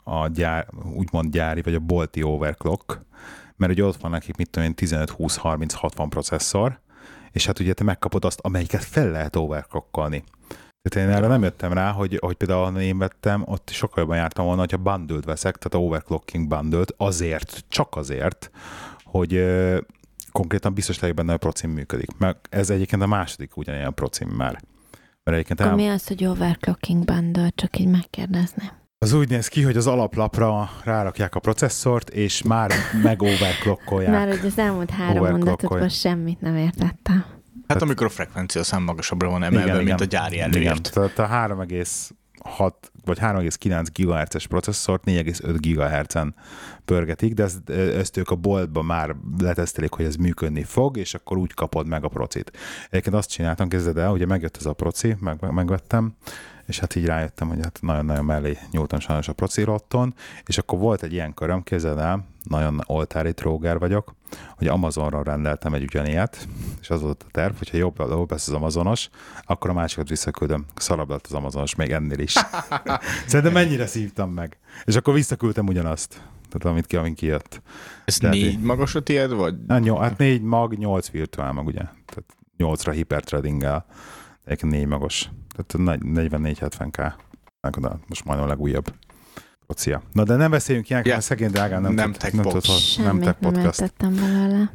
a gyár, úgymond gyári, vagy a bolti overclock, mert ugye ott van nekik, mit tudom én, tizenöt, húsz, harminc, hatvan processzor, és hát ugye te megkapod azt, amelyiket fel lehet overclockolni. Tehát én erre nem jöttem rá, hogy, hogy például én vettem, ott sokkal jobban jártam volna, hogyha bundle-t veszek, tehát overclocking bundle-t, azért, csak azért, hogy ö, konkrétan biztos legyen benne, hogy a procim működik. Mert ez egyébként a második ugyanilyen procim már. Mert egyébként el... Mi az, hogy overclocking bundle? Csak így megkérdezni. Az úgy néz ki, hogy az alaplapra rárakják a processzort, és már meg-overclockolják. Már hogy az elmúlt három mondatotban semmit nem értettem. Hát a mikrofrekvencia szám magasabbra van emelve, igen, mint igen. a gyári előírt. Tehát a három egész hat vagy három egész kilenc gigahertzes processzort négy egész öt gigahertzen pörgetik, de ezt, ezt ők a boltban már letesztelik, hogy ez működni fog, és akkor úgy kapod meg a procit. Egyébként azt csináltam, kezded el, ugye megjött ez a proci, meg, megvettem, és hát így rájöttem, hogy hát nagyon-nagyon mellé nyúltam sajnos a procirotton, és akkor volt egy ilyen köröm, képzeld el, nagyon oltári tróger vagyok, hogy Amazonról rendeltem egy ugyanilyet, és az volt a terv, hogyha jobb, jobb lesz az Amazonos, akkor a másikat visszaküldöm. Szarabb lett az Amazonos, még ennél is. Szerintem mennyire szívtam meg. És akkor visszaküldtem ugyanazt, tehát amit ki, amin kijött. Ez de négy hát, magas a tiéd, vagy? Hát, nyol, hát négy mag, nyolc virtuál mag, ugye? Tehát nyolcra hiperthreadinggel, egyébként négy magos. Tehát negyvennégy hetven ká. Most majdnem a legújabb procia. Na de nem beszéljünk ilyenkor, yeah. Szegény drágán nem, nem tech nem tud, nem tech podcast. Nem tettem belőle.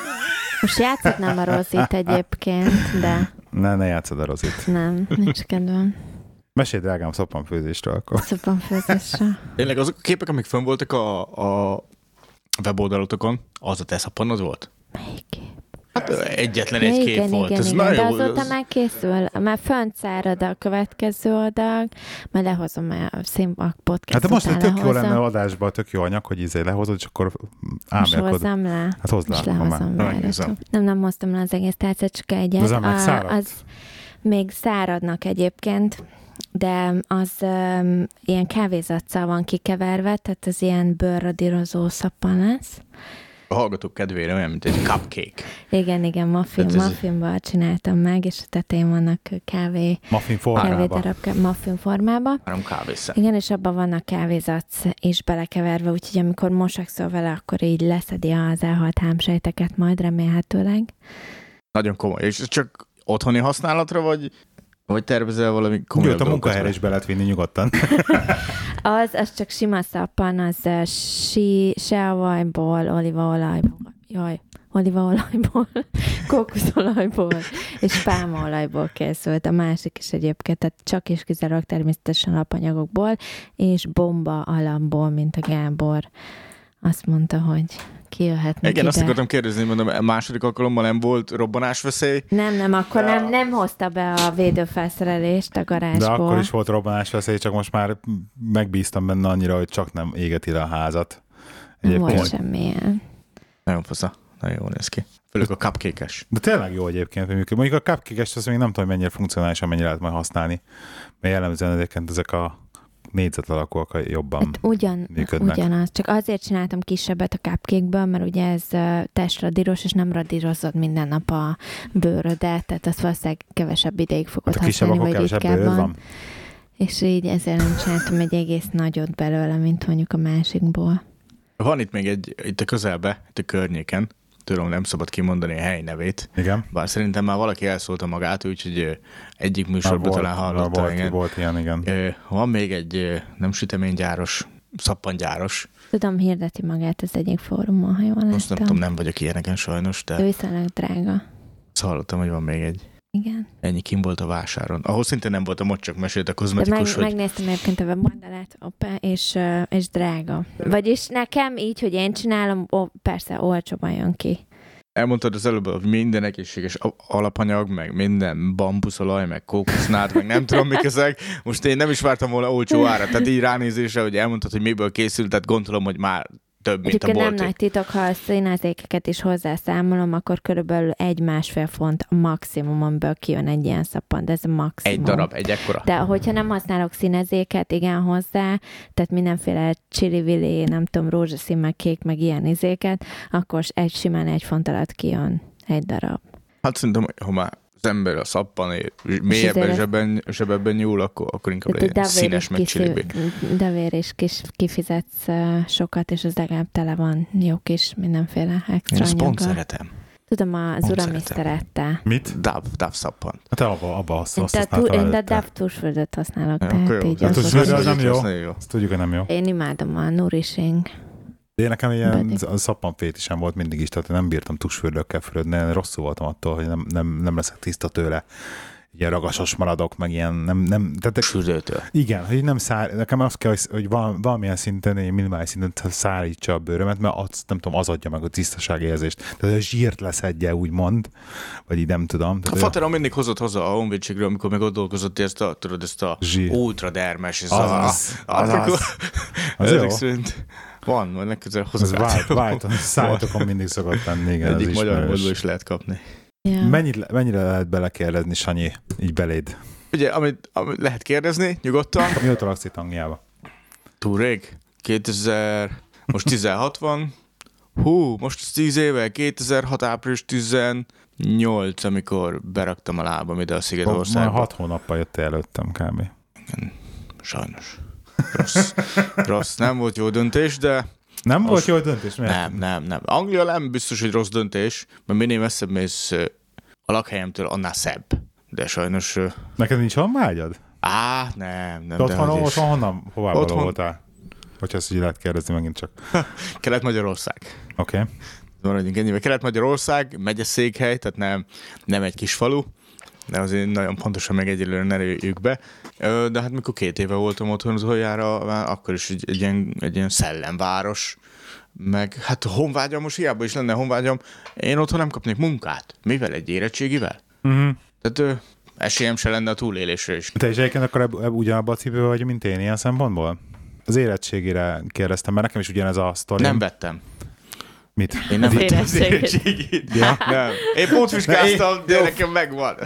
Most játszhatnám a Rozit egyébként, de... Ne, ne játszod a Rozit. Nem, nincs kedvem. Mesélj drágám szoppanfőzésről akkor. Szoppanfőzésről. Tényleg azok a képek, amik fönn voltak a, a weboldalotokon, az a te szappanod volt? Melyik kép? Hát egyetlen egy ja, kép igen, volt. Igen, ez igen, de jó, azóta az... már készül, már fönt szárad a következő adag, majd lehozom a podcast. Hát de most egy tök lehozom. jó lenne adásban, tök jó anyag, hogy izé lehozod, és akkor álmélkod. Most hozzam le? Hát hozd le. lehozom le. Nem, nem hoztam le az egész tárcát, csak egyet. Az, a, az még száradnak egyébként, de az um, ilyen kávézatszal van kikeverve, tehát az ilyen bőrradírozó szappan lesz. A hallgatók kedvére olyan, mint egy cupcake. Igen, igen, muffin, muffinban csináltam meg, és a tetején vannak kávé... Muffin formába. Kávé muffin formába. Három kávészem. Igen, és abban vannak kávézatsz is belekeverve, úgyhogy amikor mosakszol vele, akkor így leszedi az elhalt hámsejteket majd remélhetőleg. Nagyon komoly. És csak otthoni használatra, vagy... Vagy tervezel valami komolyabb dolgokat? A munkahelyre is be lehet vinni nyugodtan. az, az csak sima szappan, az uh, si, seavajból, olívaolajból, jaj, olívaolajból, kókuszolajból és pálmaolajból készült. A másik is egyébként, tehát csak és kizárólag természetesen alapanyagokból, és bomba alapból, mint a Gábor azt mondta, hogy kijöhetnek igen, ide. Azt akartam kérdezni, mondom, a második alkalommal nem volt robbanásveszély? Nem, nem, akkor ja. nem, nem hozta be a védőfelszerelést a garázsból. De akkor is volt robbanásveszély, csak most már megbíztam benne annyira, hogy csak nem égeti le a házat. Egyébként. Nem volt semmilyen. Nagyon fasza. Nagyon jól néz ki. Főleg a cupcake-es. De tényleg jó egyébként, hogy működik. Mondjuk a cupcake-es, azt még nem tudom, hogy mennyire funkcionálisan, mennyire lehet majd használni. Mert jellemzően egyébként ezek a négyzet alakúak jobban hát ugyan, működnek. Ugyanaz, csak azért csináltam kisebbet a cupcake-ből, mert ugye ez testradíros, és nem radírozod minden nap a bőrödet, tehát azt valószínűleg kevesebb ideig fogod hát használni, vagy kevesebb bőröd van. És így ezért nem csináltam egy egész nagyot belőle, mint mondjuk a másikból. Van itt még egy, itt a közelbe, itt a környéken, tudom, nem szabad kimondani a hely nevét. Igen. Bár szerintem már valaki elszólta magát, úgyhogy egyik műsorban talán hallotta. Volt, igen. volt ilyen, igen. Van még egy nem süteménygyáros, szappangyáros. Tudom, hirdeti magát az egyik fórumon, ha jól láttam. Most nem tudom, nem vagyok ilyeneken sajnos, de... Ő viszonylag drága. Szóval hallottam, hogy van még egy. Igen. Ennyi kim volt a vásáron. Ahol szintén nem volt a mod, csak mesélt a kozmetikus, meg, hogy... Megnéztem egyébként a weboldalát, és, és drága. Vagyis nekem így, hogy én csinálom, ó, persze olcsóban jön ki. Elmondtad az előbb, hogy minden egészséges alapanyag, meg minden bambuszolaj, meg kókusznát, meg nem tudom mik ezek. Most én nem is vártam volna olcsó árat, tehát így ránézésre, hogy elmondtad, hogy miből készült, tehát gondolom, hogy már több, mint egyébként a bolti. Nem nagy titok, ha a színezékeket is hozzászámolom, akkor körülbelül egy-másfél font maximum, amiből kijön egy ilyen szappan, de ez a maximum. Egy darab, egy ekkora. De hogyha nem használok színezéket, igen, hozzá, tehát mindenféle csili-vili, nem tudom, rózsaszín, meg kék, meg ilyen izéket, akkor egy simán egy font alatt kijön egy darab. Hát szerintem, ha már ember a szappan, mélyebben zsebben, zsebben nyúl, akkor, akkor inkább legyen színes megcsilibi. Devér is kis kifizetsz sokat, és az legalább tele van jó kis mindenféle extra Én ezt pont anyaggal. szeretem. Tudom, az Pont uram is szeretem. szerette. Mit? Dav, Dav szappan. Hát abba, abba azt, azt Én használtam a Dav túlsfürdőt használok, Ja, tehát jó. így Hát az az volt. az nem jó. jó. Azt tudjuk, hogy nem jó. Én imádom a Nourishing. De nekem ilyen Body. szappanfétisem volt mindig is, tehát nem bírtam tusfürdőkkel fürödni, rosszul voltam attól, hogy nem, nem, nem leszek tiszta tőle. Ilyen ragasos maradok, meg ilyen nem... nem tehát, Sürdőtől. igen, hogy nem szár, nekem az kell, hogy val, valamilyen szinten, egy minimális szinten szárítsa a bőrömet, mert az, nem tudom, az adja meg a tisztaságérzést. Tehát a zsírt leszedje, úgymond, vagy így nem tudom. A faterom mindig hozott haza a honvédségről, amikor még ott dolgozott, ezt a, tudod, ezt a Zsír. ultradermes, ez Az a... az. Az, Az az. Az jó. ezek szerint van, majd legközelebb Ez hozok vált, válton, szájtokon mindig szokott lenni, igen, Egyik az magyar ismerős. módból is lehet kapni. Ja. Mennyit, mennyire lehet belekérdezni, Sanyi, így beléd? Ugye, amit, amit lehet kérdezni, nyugodtan. Mióta laksz itt Angliába? Túl rég? kétezer... Most tizenhat van. Hú, most tíz éve, kétezer-hat április tizennyolc, amikor beraktam a lábam ide a Már Szigetországba. hat hónappal jöttél előttem kb. Sajnos. Rossz. Rossz. Nem volt jó döntés, de... Nem Most- volt jó döntés? Miért? Nem, nem, nem. Anglia nem biztos, hogy rossz döntés, mert minél messzebb mész ö, a lakhelyemtől, annál szebb. De sajnos... ö, Neked nincs olyan vágyad? Á, nem, nem. De otthon, hogy is. otthon honnan, hová Otthon- való voltál? Hogyha ezt így lehet kérdezni megint csak. Kelet-Magyarország. Oké. Okay. Maradjunk ennyivel. Kelet-Magyarország, megyeszékhely, tehát nem, nem egy kis falu, de azért nagyon pontosan meg egyelőre ne lőjük be. Ö, De hát mikor két éve voltam otthon utoljára, már akkor is egy, egy, ilyen, egy ilyen szellemváros, meg hát honvágyam, most hiába is lenne honvágyam, én otthon nem kapnék munkát. Mivel? Egy érettségivel? Uh-huh. Tehát ö, esélyem se lenne a túlélésre is. Te is egyébként akkor ebb, ebb, ugyanabban a cipőben vagy, mint én ilyen szempontból? Az érettségére kérdeztem, mert nekem is ugyanez a sztori. Nem vettem. Mit? Én nem Az vettem az érettségit. érettségit. Ja. Nem. Én pont vizsgáztam, Na, én- de jó. nekem megvan.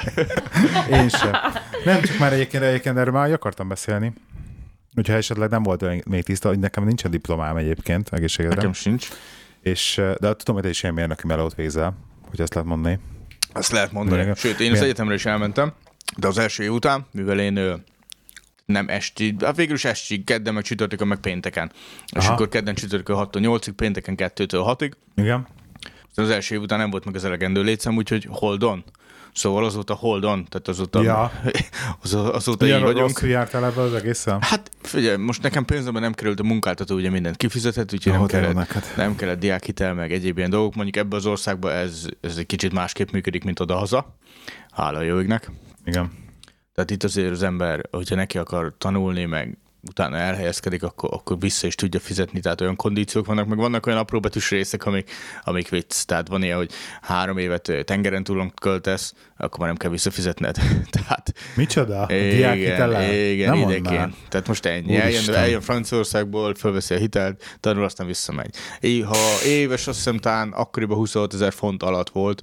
Én sem. Nem, csak már egyébként, egyébként erről már akartam beszélni. Hogyha esetleg nem volt olyan még tiszta, hogy nekem nincsen diplomám egyébként egészségedre. Nekem sincs. És, de tudom, hogy te is ilyen mérnöki melót végzel, hogy ezt lehet mondani. Azt lehet mondani. Igen. Sőt, én az Igen. egyetemre is elmentem, de az első év után, mivel én ö, nem esti, hát végül is esti, kedden, meg csütörtökön, meg pénteken. És Aha. akkor kedden csütörtökön hattól nyolcig, pénteken kettőtől hatig. Igen? Az első év után nem volt meg az elegendő létszám, úgyhogy hold on. Szóval azóta hold on, tehát azóta, Ja. az, azóta így Ilyen vagyunk. rosszul jártál ebben az egészen? Hát figyelj, most nekem pénzemben nem került a munkáltató, ugye mindent kifizetett, úgyhogy nem Ahol kell kellett, neked. nem kellett diákhitel, meg egyéb ilyen dolgok. Mondjuk ebben az országban ez, ez egy kicsit másképp működik, mint odahaza. Hála a jó égnek. Igen. Tehát itt azért az ember, hogyha neki akar tanulni, meg utána elhelyezkedik, akkor, akkor vissza is tudja fizetni, tehát olyan kondíciók vannak, meg vannak olyan apróbetűs részek, amik, amik vicc. Tehát van ilyen, hogy három évet tengeren túlon költesz, akkor már nem kell visszafizetned. Tehát Micsoda? A igen, diákhitellel? igen, Nem idekén. mondd Tehát most ennyi. Eljön, Úristen. eljön Franciaországból, fölveszi a hitelt, tanul, aztán visszamegy. É, ha éves, azt hiszem talán akkoriban huszonhat ezer font alatt volt,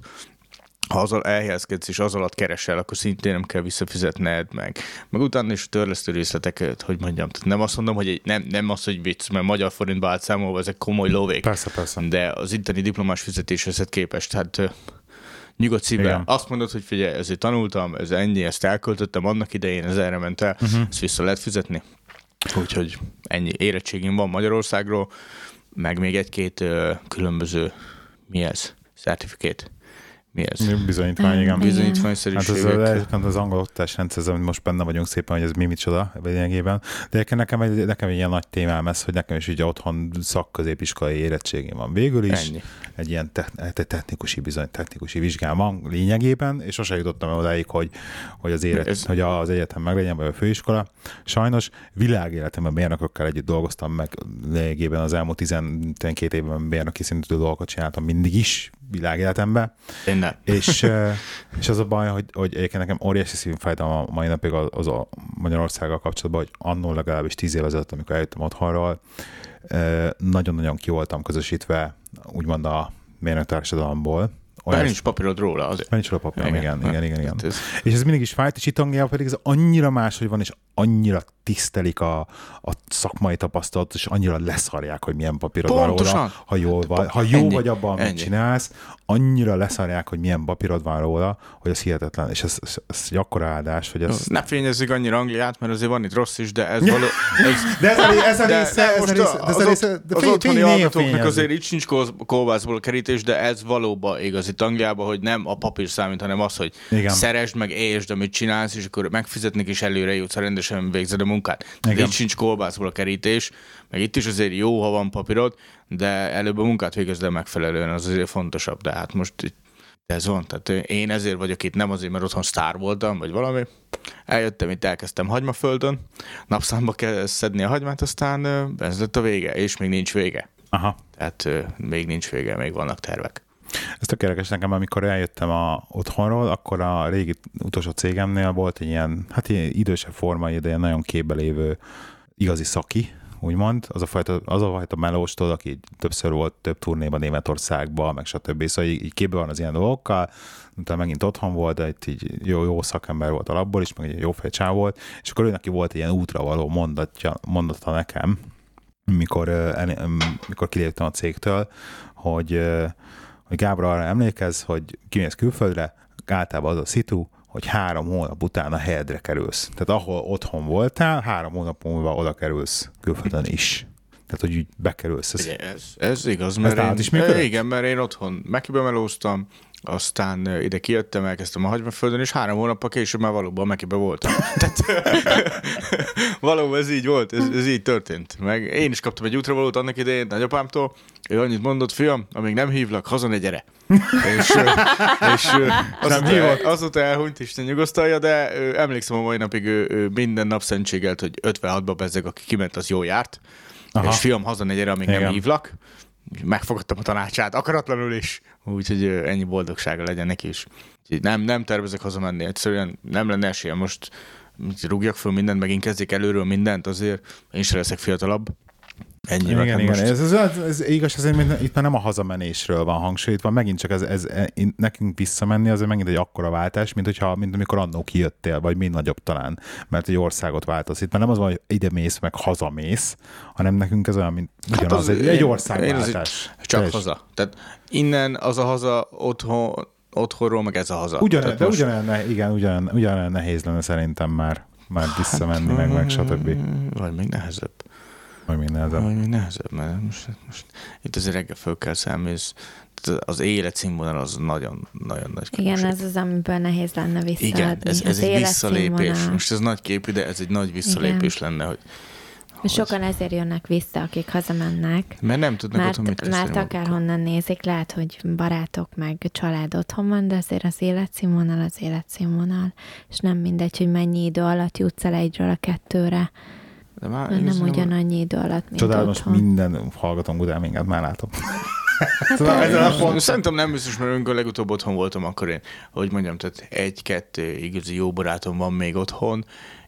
ha az elhelyezkedsz és az alatt keresel, akkor szintén nem kell visszafizetned meg. Meg utána is törlesztő részleteket, hogy mondjam. Tehát nem azt mondom, hogy egy, nem, nem az, hogy vicc, mert magyar forintba átszámolva ezek komoly lóvék. Persze, persze. De az itteni diplomás fizetéshez képest, hát ö, nyugodt szívvel. Igen. Azt mondod, hogy figyelj, ezért tanultam, ez ennyi, ezt elköltöttem annak idején, ez erre ment el, uh-huh. ezt vissza lehet fizetni. Úgyhogy ennyi érettségim van Magyarországról, meg még egy-két ö, különböző, mi ez? Certificate. Mi ez? Bizonyítvány, igen. Mm, Bizonyítványszerűségek. Hát az, az, az angol oktatás rendszer, amit most benne vagyunk szépen, hogy ez mi micsoda lényegében. De nekem egy, nekem egy ilyen nagy témám ez, hogy nekem is így otthon szakközépiskolai érettségém van végül is. Ennyi. Egy ilyen te, te, technikusi bizony, technikusi vizsgám van lényegében, és sosem jutottam el odáig, hogy, hogy, az élet, Ez- hogy az egyetem meglegyen, vagy a főiskola. Sajnos világéletemben mérnökökkel együtt dolgoztam meg lényegében az elmúlt tizenkét évben mérnöki szintű dolgokat csináltam mindig is világéletemben. Én nem. És, eh, és az a baj, hogy, hogy egyébként nekem óriási szívfájdalom a mai napig az, az a Magyarországgal kapcsolatban, hogy annól legalábbis tíz év ezelőtt, amikor eljöttem otthonról, eh, nagyon-nagyon ki voltam közösítve úgymond a mérnök társadalomból, Olyan nincs papírod róla azért. Nincs róla papírom, igen, igen, igen, igen. igen. Ez... És ez mindig is fájt, és itt Angliában pedig ez annyira máshogy van, és annyira tisztelik a, a szakmai tapasztalatot, és annyira leszarják, hogy milyen papírod van róla, ha, jól vagy, ha jó ennyi, vagy abban, amit csinálsz, annyira leszarják, hogy milyen papírod van róla, hogy ez hihetetlen, és ez, ez, ez egy akkora áldás, hogy ez... Ne fényezzük annyira Angliát, mert azért van itt rossz is, de ez való... Ez, de ez a, ez a része, ez a része, az, része, de az fény, otthoni hallgatóknak azért itt sincs kolbászból kerítés, de ez valóban igaz itt Angliában, hogy nem a papír számít, hanem az, hogy igen. Szeresd meg, értsd, amit csinálsz, és akkor megfizetnek is előre jutsz, ha rendesen végzed a munkát. Itt sincs kolbászból a kerítés, meg itt is azért jó, ha van papírod, de előbb a munkát végezd el megfelelően, az azért fontosabb. De hát most itt ez van. Tehát én ezért vagyok itt, nem azért, mert otthon sztár voltam, vagy valami. Eljöttem itt, elkezdtem hagymaföldön, napszámba kell szedni a hagymát, aztán ez lett a vége, és még nincs vége. Aha. Tehát még nincs vége, még vannak tervek. Ez tök érdekes nekem, amikor eljöttem a otthonról, akkor a régi utolsó cégemnél volt egy ilyen, hát ilyen idősebb formai, de ilyen nagyon képbe lévő igazi szaki, úgymond. Az a fajta, az a fajta melóstól, aki többször volt több turnéban Németországban, meg stb. Szóval így, így képbe van az ilyen dolgokkal, utána megint otthon volt, de itt így jó, jó szakember volt alapból is, meg egy jó fejcsá volt, és akkor ő neki volt egy ilyen útra való mondatja, mondata nekem, mikor, mikor kiléptem a cégtől, hogy hogy Gábor, arra emlékezz, hogy kimész külföldre, általában az a szitu, hogy három hónap után a helyedre kerülsz. Tehát ahol otthon voltál, három hónap múlva oda kerülsz külföldön is. Tehát, hogy úgy bekerülsz. Ez, ez, ez igaz, mert ez én, is működött? Igen, mert én otthon megkibemelóztam, aztán ide kijöttem, elkezdtem a hagymaföldön, és három hónappal később már valóban Mekibe voltam. Tehát, valóban ez így volt, ez, ez így történt. Meg én is kaptam egy útravalót annak idején nagyapámtól, ő annyit mondott, fiam, amíg nem hívlak, haza ne gyere. és és azóta, azóta elhunyt, Isten nyugosztalja, de ő, emlékszem a mai napig, ő, ő minden nap szentségelt, hogy ötvenhatba bezzeg, aki kiment, az jó járt. Aha. És fiam, haza ne gyere, amíg igen. nem hívlak. Megfogadtam a tanácsát, akaratlanul is, úgyhogy ennyi boldogsága legyen neki is. Nem, nem tervezek hazamenni, egyszerűen nem lenne esélye. Most rúgjak föl mindent, megint kezdjék előről mindent, azért én sem leszek fiatalabb. Ennyi igen, igen, most... ez, ez, ez, ez igaz, azért itt már nem a hazamenésről van hangsúly, itt van megint csak ez, ez, ez, nekünk visszamenni, azért megint egy akkora váltás, mint, hogyha, mint amikor annó kijöttél, vagy mind nagyobb talán, mert egy országot váltasz. Itt már nem az van, hogy ide mész, meg hazamész, hanem nekünk ez olyan, mint ugyanaz, hát az, egy, egy országváltás. Csak Teljes. Haza. Tehát innen az a haza, otthon, otthonról, meg ez a haza. Ugyan, de most... ugyanolyan, ne, igen, ugyanolyan, ugyanolyan nehéz lenne szerintem már, már visszamenni, hát, meg, meg stb. Vagy még nehezebb. Vagy még nehezebb. Vagy még nehezebb, mert most, most itt azért reggel föl kell számolni, az életszínvonal az nagyon, nagyon nagy különbség. Igen, ez az, amiből nehéz lenne visszaadni. Igen, ez, ez egy visszalépés. Most ez nagy képű, de ez egy nagy visszalépés igen. lenne, hogy és sokan ezért jönnek vissza, akik hazamennek. Mert nem tudnak mert, otthon mit kezdeni. Mert akárhonnan nézik, lehet, hogy barátok meg család otthon van, de azért az életszínvonal az életszínvonal. És nem mindegy, hogy mennyi idő alatt jutsz el egyről a kettőre. De már nem ugyanannyi idő alatt, mint Csodálom, otthon. Most minden hallgatom után minket már látom. Hát szóval szerintem nem biztos, mert amikor legutóbb otthon voltam, akkor én, hogy mondjam, tehát egy-kettő igazi jó barátom van még otthon,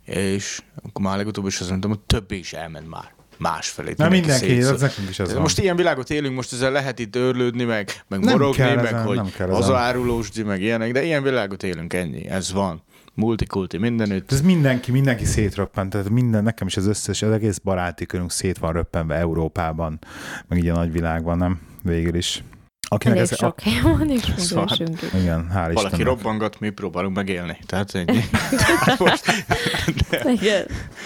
és akkor már legutóbb is azt mondtam, hogy többé is elment már másfelé. Na mindenki, ez nekünk is ez van. Most ilyen világot élünk, most ezzel lehet itt őrlődni, meg, meg morogni, meg ezen, hogy hazaárulósdi, meg ilyenek, de ilyen világot élünk, ennyi, ez van. Multikulti, mindenütt. Ez mindenki, mindenki szétröppent, tehát minden, nekem is az összes, az egész baráti körünk szét van röppenve Európában, meg így a nagyvilágban, nem? Végül is. Akinek elég ez, sok helyen van, és szóval, igen, hál' valaki Istennek. robbangat, mi próbálunk megélni. Tehát ennyi. most, de... Igen.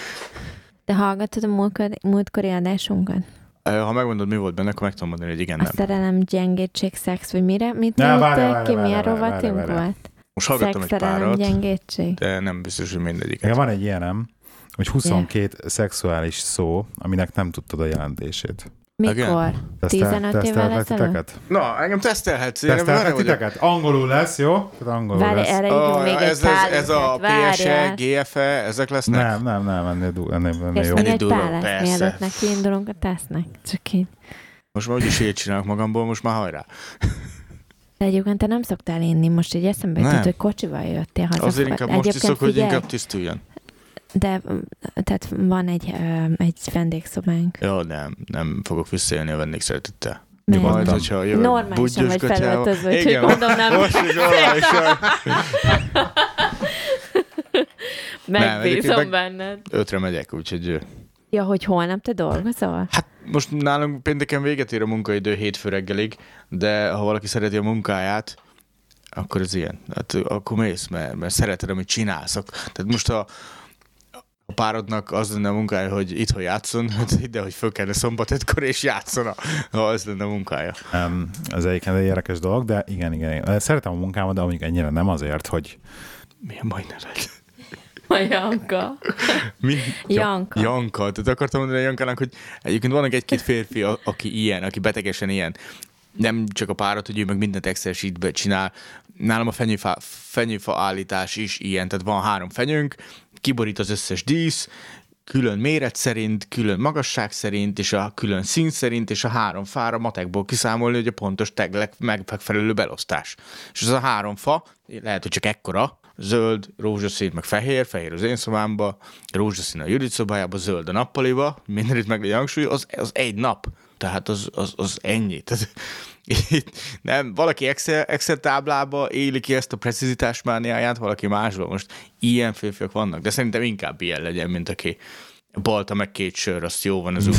De hallgattad a múltkor, múltkori adásunkat? Ha megmondod, mi volt benne, akkor meg tudom mondani, hogy igen, a nem. A szerelem, gyengétség, szex, vagy mire? Mit mondták ki? Milyen rovatunk volt? Most hallgattam Szex, egy párat, gyengétség. de nem biztos, hogy mindegyiket. Igen, van egy ilyenem, hogy huszonkét yeah. szexuális szó, aminek nem tudtad a jelentését. Mikor? tizenöt évvel ezelőtt? Na, engem tesztelhetsz. Tesztelhetiteket? Angolul lesz, jó? Angolul Várj, lesz. erre oh, még ez, egy ez, ez a pé es e, gé ef e, ezek lesznek? Nem, nem, nem, ennél, ennél, ennél jó. Ennél egy durva, pár lesz, mielőtt neki indulunk a tesznek. Csak így. Most már úgyis ilyet csinálok magamból, most már hajrá. De egyébként te nem szoktál inni, most így eszembe jutott, hogy kocsival jöttél haza. Azért inkább most egyébként iszok, hogy figyelj, inkább tisztuljon. De tehát van egy, egy vendégszobánk. Jó, nem, nem fogok visszaélni a vendégszeretettel. Majd, hogyha jövök normálisan vagy felöltözve, úgyhogy igen, mondom, nem. Most is normálisan. Megbízom meg benned. Ötre megyek, úgyhogy... Ja, hogy holnap te dolgozol? Hát most nálunk pénteken véget ér a munkaidő hétfő reggelig, de ha valaki szereti a munkáját, akkor ez ilyen. Hát akkor mész, mert, mert szereted, amit csinálsz. Tehát most a, a párodnak az lenne a munkája, hogy itthon játszon, de hogy föl kellene szombat ötkor és játszon, ha az lenne a munkája. Um, ez egyébként egy érdekes dolog, de igen, igen. Szeretem a munkámat, de mondjuk ennyire nem azért, hogy... Milyen majd neved? A Janka. Mi? Janka. Janka. Tehát akartam mondani a Jankának, hogy egyébként vannak egy-két férfi, a, aki ilyen, aki betegesen ilyen. Nem csak a párat, hogy ő meg mindent Excel sheetbe csinál. Nálam a fenyőfa, fenyőfa állítás is ilyen. Tehát van három fenyőnk, kiborít az összes dísz, külön méret szerint, külön magasság szerint, és a külön szín szerint, és a három fára matekból kiszámolni, hogy a pontos teglek megfelelő belosztás. És az a három fa, lehet, hogy csak ekkora, zöld, rózsaszín, meg fehér, fehér az én szobámba, rózsaszín a Judit szobájába, zöld a nappaliba, mindenütt meg legyen hangsúly, az, az egy nap. Tehát az, az, az ennyi. Tehát, itt, nem, valaki Excel, Excel táblába éli ki ezt a precizitásmániáját, valaki másban. Most ilyen férfiak vannak, de szerintem inkább ilyen legyen, mint aki balta meg két sör, azt jó van, az úgy.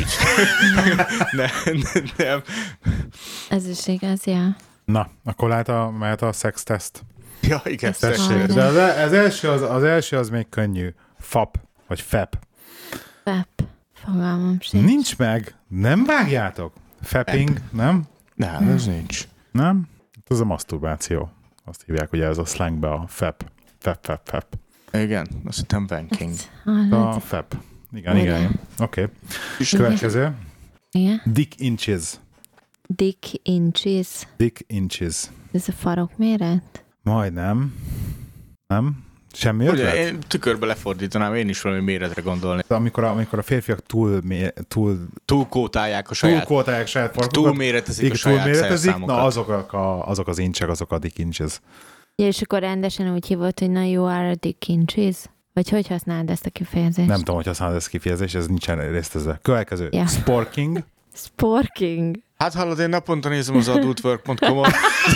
nem, nem. Ez is igaz, ja. Na, akkor lehet a, mehet a szex-teszt. Ja, igen. Tessék. De az, az, első az, az első az még könnyű. Fap, vagy fep. Fep. Fogalmam sincs. Nincs meg. Nem vágjátok? Fapping, nem? Nem, ez nincs. Nem? Ez a maszturbáció. Azt hívják, ugye ez a slangbe a fep. Fep, fep, fep. Igen, azt hittem banking. A fep. Igen, igen. igen. Oké. Okay. Következő. Igen. Dick inches. Dick inches. Dick inches. Ez a farok méret? Majdnem. Nem? Semmi Ugye, ötlet? én tükörbe lefordítanám, én is valami méretre gondolni. Amikor a, amikor a férfiak túl, túl, túlkótálják a saját... Túlkótálják saját farkukat. Túlméretezik a saját számokat. Na, azok a, azok az incsek, azok a dick inches. Ja, és akkor rendesen úgy hívott, hogy na, you are a dick inches? Vagy hogy használod ezt a kifejezést? Nem tudom, hogy használod ezt a kifejezést, ez nincsen résztezve. Következő. Yeah. Sporking. Sporking. Hát hallod, én naponta nézem az adultwork pont com-on.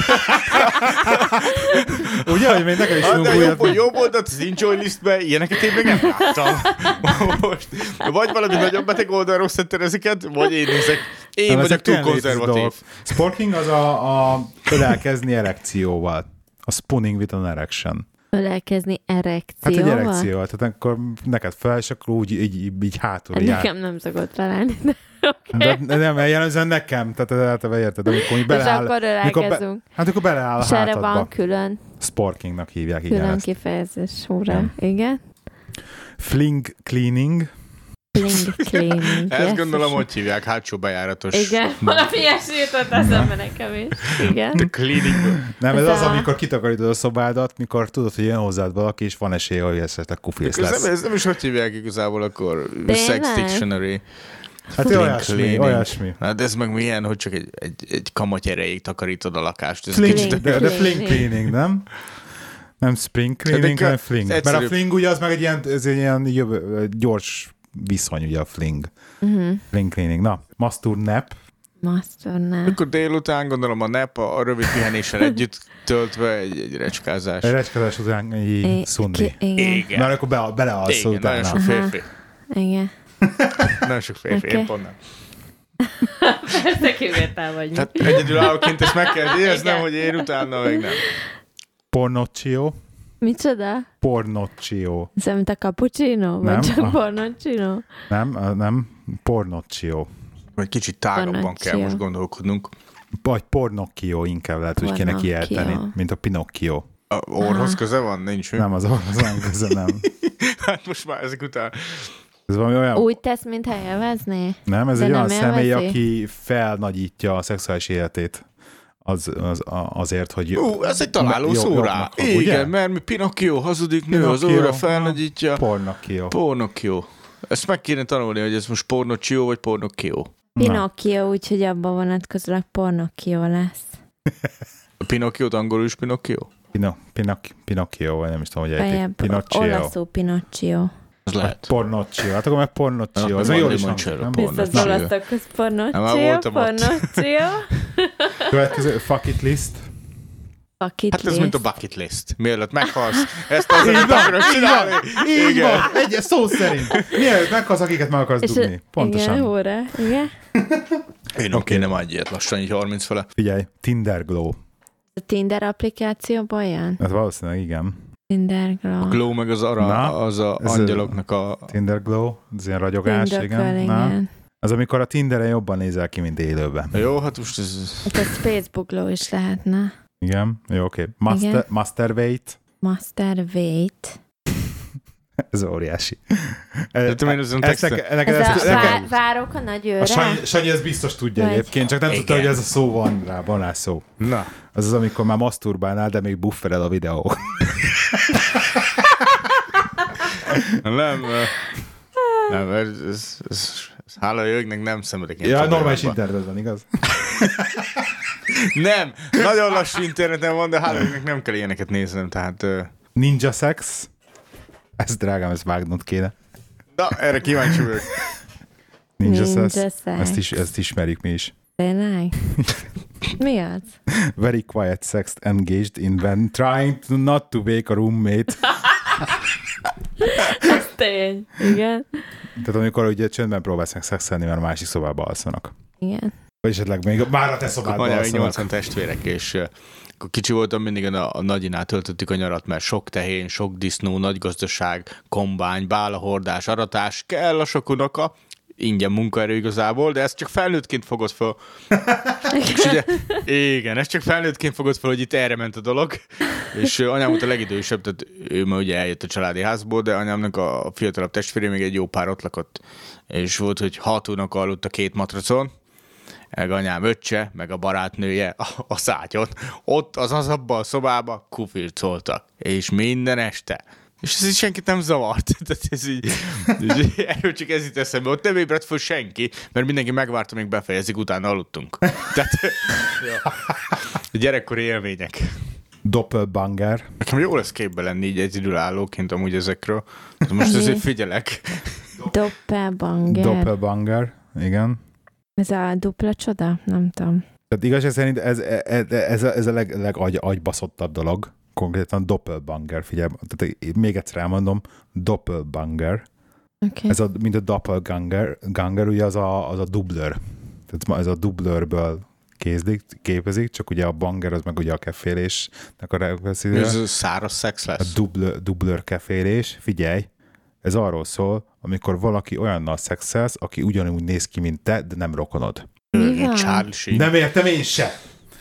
Ugye, hogy még nekem is hát, jobb, jobb oldalt az enjoy listbe, ilyeneket én még nem láttam. Most, vagy valami nagyobb beteg oldalról szedted ezeket, vagy én nézek. Én nem, vagyok túl konzervatív. Sporking az a, a ölelkezni erekcióval. A spooning with an erection. Ölelkezni erekcióval? Hát egy erekcióval. Tehát akkor neked fel, és akkor úgy így, így, így hátul. Hát nekem nem szokott felállni. Okay. De, de nem, jellemzően nekem, tehát általában érted, amikor mi beleáll. És akkor ölelkezünk. Be, hát akkor beleáll a és erre hátadba. van külön. Sporkingnak hívják, igen. Külön ezt. kifejezés, úra. Igen. Fling cleaning. Fling cleaning. Ezt gondolom, hogy hívják, hátsó bejáratos. Igen, valami ilyesmi jutott eszembe nekem is. Igen. The cleaning. Nem, ez, ez az, a... amikor kitakarítod a szobádat, mikor tudod, hogy jön hozzád valaki, és van esély, hogy esetleg kufész lesz. Ez nem is hogy hívják igazából akkor. De Sex Dictionary. Hát olyasmi, olyasmi. Hát ez meg milyen, hogy csak egy, egy, egy kamaty erejéig takarítod a lakást. Ez fling, kicsit... de, de fling cleaning, nem? Nem spring cleaning, hanem fling. Mert a fling ugye az meg egy ilyen, ez egy ilyen jövő, gyors viszony, ugye a fling. Uh-huh. Fling cleaning. Na, mastur nap. Mastur nap. Akkor délután gondolom a nap a, a rövid pihenéssel együtt töltve egy, egy recskázás. Egy recskázás után egy szundri. Igen. Mert akkor be, belealsz utána. Nagyon sok férfi. Igen. Nagyon sok férfi, okay. Én pont nem. Persze kivétel vagy. Hát egyedülállóként ezt meg kell éreznem, hogy én utána még nem. Pornoccio. Micsoda? Pornoccio. Ez mint a cappuccino? Vagy csak ah. pornoccio? Nem, nem. Pornoccio. Vagy kicsit tágabban kell most gondolkodnunk. Vagy pornocchio inkább lehet, hogy kéne kiejteni, mint a Pinocchio. A orrhoz köze van? Nincs mi? Nem, az orrhoz van köze, nem. Hát most már ezek után... Ez olyan... Úgy tesz, mintha élvezné? Nem, ez de egy nem olyan élvezi? személy, aki felnagyítja a szexuális életét az, az, azért, hogy... Ú, ez egy találó szó rá. Igen, ugye? Mert mi Pinocchio hazudik, nő az óra felnagyítja. Pornocchio. Pornocchio. Ezt meg kéne tanulni, hogy ez most pornoccio vagy pornocchio. Pinocchio, úgyhogy abban vonatkozólag pornocchio lesz. A Pinocchio-t angolul is Pinocchio? Pino, Pinoc, Pinocchio, vagy nem is tudom, hogy ejtik. Olaszul Pinocchio. Az lehet. Pornoccio. Hát akkor meg pornoccio. Az a jól is hangzik. Vissza az olaszokhoz. Pornoccio, pornoccio. Következő, fuck it list. Bucket hát ez list. mint a bucket list. Mielőtt meghalsz, ezt az, amit akarod csinálni. Így van, egy szó szerint. Mielőtt meghalsz, akiket meg akarsz És dugni. Pontosan. Igen, óra. Igen. Én oké, nem adj ilyet lassan, így harminc fele. Figyelj, Tinder Glow. A Tinder applikációban olyan? Hát valószínűleg igen. Tinder Glow. A glow meg az ara, Na, az a ez angyaloknak a... Tinder Glow, ez ilyen ragyogás, Tinder igen. Glow, Na. igen. Az amikor a Tinderen jobban nézel ki, mint élőben. Jó, hát most ez... Hát a Facebook Glow is lehetne. Igen, jó, oké. Okay. Master, Masterweight. Master Weight. Ez óriási. De te miért azon texten? Ez ezt, a vá- várok a nagy őre? A Sanyi, Sanyi ezt biztos tudja Vagy... egyébként, csak nem tudta, hogy ez a szó van rá, van rá szó. Na. Az az, amikor már maszturbálnál, de még bufferel a videó. nem, nem, ez, ez, ez, ez hála jögnek nem szenvedek. Ja, normális internet van, igaz? Nem, nagyon lassú interneten van, de hála jögnek nem kell ilyeneket néznem, tehát... Uh... Ninja sex. Ez drágám, ezt vágnod kéne. Na, erre kíváncsi vagyok. Ninja, Ninja sex. sex. Ezt, is, ezt ismerjük mi is. Tényleg? Mi az? Very quiet sex engaged in when trying to not to wake a roommate. Ez tény. Igen. Tehát amikor ugye csöndben próbálsz meg szexelni, mert a másik szobába alszanak. Igen. Vagy esetleg még már a te szobádba Anyám, alszanak. nyolcvan testvérek, és uh, akkor kicsi voltam, mindig a, a nagyinál töltöttük a nyarat, mert sok tehén, sok disznó, nagy gazdaság, kombány, bálahordás, aratás, kell a sok unoka, ingyen munkaerő igazából, de ezt csak felnőttként fogod fel. És ugye, igen, ezt csak felnőttként fogod fel, hogy itt erre ment a dolog. És anyám volt a legidősebb, tehát ő ma ugye eljött a családi házból, de anyámnak a fiatalabb testvére még egy jó pár ott lakott. És volt, hogy hat unoka aludt a két matracon, meg anyám öccse, meg a barátnője a, a szágyon. Ott az az abban a szobában kufircoltak. És minden este. És ez így senkit nem zavart. Tehát ez így, így erről csak ez itt eszembe. Ott nem ébredt föl senki, mert mindenki megvárta, még befejezik, utána aludtunk. Tehát ja. Gyerekkori élmények. Doppelbanger. Nekem jó lesz képbe lenni így egyedülállóként amúgy ezekről. De most azért figyelek. Doppelbanger. Doppelbanger, igen. Ez a dupla csoda? Nem tudom. Tehát igazság szerint ez, ez, ez a, ez a leg, legagy, agybaszottabb dolog. Konkrétan doppelbanger, figyelj. Tehát még egyszer elmondom, doppelbanger. Okay. Ez a, mint a doppelganger, ganger, ugye az a, az a dublőr. Tehát ez a dublőrből kézdik, képezik, csak ugye a banger az meg ugye a kefélésnek a reakciója. Ez száraz szex lesz. A dublőr, dublőr kefélés. Figyelj, ez arról szól, amikor valaki olyannal szexelsz, aki ugyanúgy néz ki, mint te, de nem rokonod. Nem értem én se.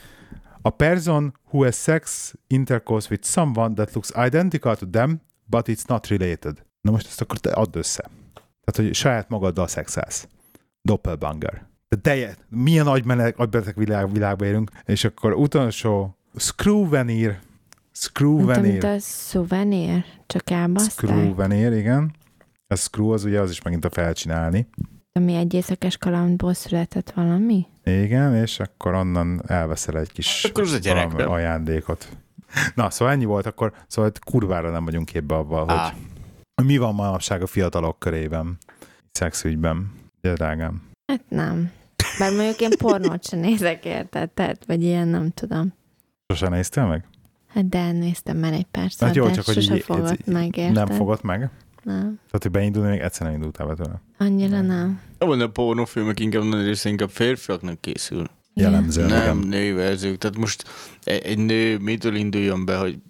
A person who has sex intercourse with someone that looks identical to them, but it's not related. Na most ezt akkor te add össze. Tehát, hogy saját magaddal szexelsz. Doppelbanger. De te, milyen agybeteg világ, világba érünk, és akkor utolsó screwveneer. Screwveneer. Mint a szuvenír, csak elbaszták. Screwveneer, igen. A screw az ugye az is megint a felcsinálni. Ami egy éjszakás kalandból született valami? Igen, és akkor onnan elveszel egy kis akkor az a ajándékot. Na, szóval ennyi volt, akkor szóval kurvára nem vagyunk képbe abban, hogy mi van manapság a fiatalok körében, szexügyben. Ugye, drágám? Hát nem. Bár mondjuk én pornót sem nézek, érted? Tehát, vagy ilyen, nem tudom. Sose néztél meg? Hát de néztem már egy pár szor, hát jó, de csak sose hogy fogott meg, érted? Nem fogott meg? Nem. Tehát, hogy beindulni, még egyszer nem indultál be tőle. Annyira nem. A pornófilmek inkább nagy része inkább férfiaknak készül. Jellemzően. Nem nőverzők. Tehát most egy, egy nő mitől induljon be, hogy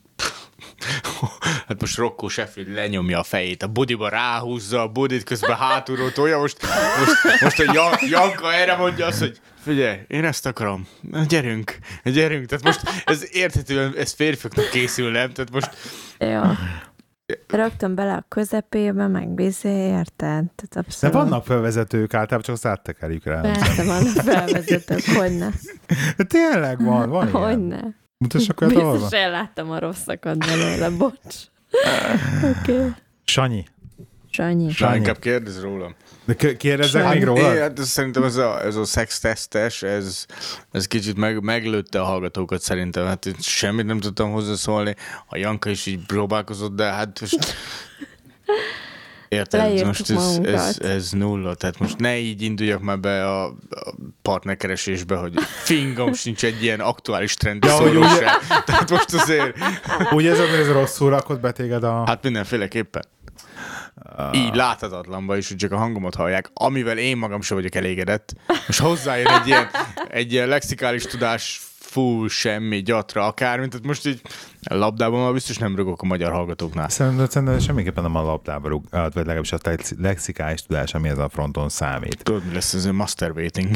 hát most Rocco Sheffield lenyomja a fejét, a budiba ráhúzza a budit, közben hátulról tolja, most, most, most a Janka erre mondja azt, hogy figyelj, én ezt akarom, gyerünk, gyerünk, tehát most ez érthetően, ez férfiaknak készül, nem? Tehát most... Jó. Rögtön bele a közepébe, meg bizé, érted? De vannak felvezetők, általában csak azt áttekerjük rá. Persze vannak felvezetők, hogyne. De tényleg van, van ilyen. Hogyne. Mutassak olyat, ahol van? Biztos elláttam a rosszakat belőle, bocs. Oké. Okay. Sanyi. Sanyi. Sanyi. Inkább kérdez rólam. De kérdezzek még róla? É, hát szerintem ez a, ez a szex-tesztes, ez, ez kicsit meg, meglőtte a hallgatókat szerintem. Hát semmit nem tudtam hozzászólni. A Janka is így próbálkozott, de hát most... Érted, most ez, ez, ez nulla, tehát most ne így induljak már be a, a partnerkeresésbe, hogy fingom sincs egy ilyen aktuális trend. Ja, ugye... Tehát most azért... Ugye ez, ez rosszul rakott be téged a... Hát mindenféleképpen. Uh... Így láthatatlanban is, hogy csak a hangomat hallják, amivel én magam sem vagyok elégedett. Most hozzájön egy ilyen, egy ilyen lexikális tudás full, semmi, gyatra, akármi, tehát most így a labdában már biztos nem rugok a magyar hallgatóknál. Szerintem, szerintem semmiképpen nem a labdában rúg, vagy legalábbis a lexikális tudás, ami ez a fronton számít. Tudod, mi lesz ez a masturbating?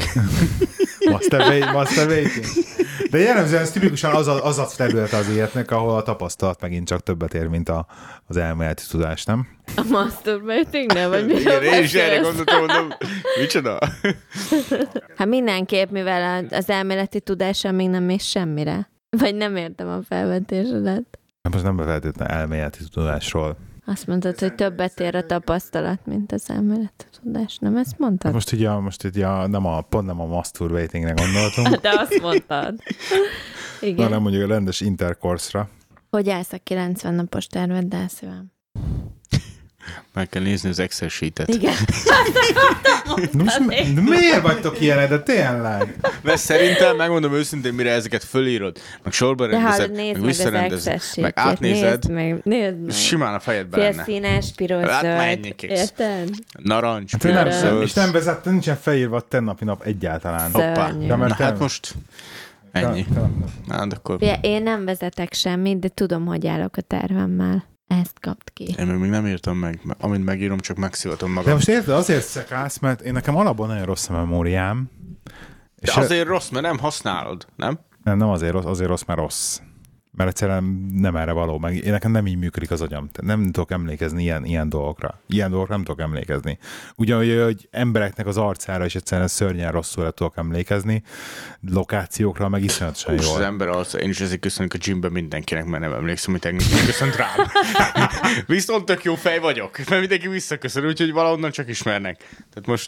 Masturbating? De jellemzően ez tipikusan az a, az a terület az életnek, ahol a tapasztalat megint csak többet ér, mint a, az elméleti tudás, nem? A masturbating nem? Vagy mi? Igen, én is erre gondoltam, mondom, micsoda? Hát mindenképp, mivel az elméleti tudása még nem ér semmire. Vagy nem értem a felvetésedet. Most nem feltétlenül elméleti tudásról. Azt mondtad, hogy többet ér a tapasztalat, mint az elméleti tudás. Nem ezt mondtad? Most így a, most így a, nem a, pont nem a masturbatingre gondoltunk. De azt mondtad. Igen. Na, nem mondjuk a rendes intercourse-ra. Hogy állsz a kilencven napos terveddel, szívem? Meg kell nézni az Excel sheetet. Igen. Most mi, miért vagytok ilyenek, de tényleg? Mert szerintem, megmondom őszintén, mire ezeket fölírod, meg sorba rendezed, meg visszarendezed, meg átnézed, nézd meg, nézd meg. Simán a fejedben lenne. Félszínes, piros, hát zöld, érted? Narancs, hát piros, nem, zöld. És nem vezet, nincsen felírva a tennapi nap egyáltalán. Hoppá. De Na hát most ennyi. Hát akkor... Fia, én nem vezetek semmit, de tudom, hogy állok a tervemmel. Ezt kapt ki. Én még nem írtam meg. Amint megírom, csak megszivatom magam. De most érted, azért szekálsz, mert én nekem alapból nagyon rossz a memóriám. De és azért e... rossz, mert nem használod, nem? Nem, nem azért rossz, azért rossz, mert rossz. Mert egyszerűen nem erre való, meg én nekem nem így működik az agyam. Nem tudok emlékezni ilyen, ilyen dolgokra. Ilyen dolgokra nem tudok emlékezni. Ugyanúgy, hogy embereknek az arcára is egyszerűen szörnyen rosszul tudok emlékezni, lokációkra meg iszonyatosan jól. Az ember arca, én is ezért köszönök a gymben mindenkinek, mert nem emlékszem, hogy tegnap köszönt rám. Viszont tök jó fej vagyok, mert mindenki visszaköszön, úgyhogy valahonnan csak ismernek. Tehát most...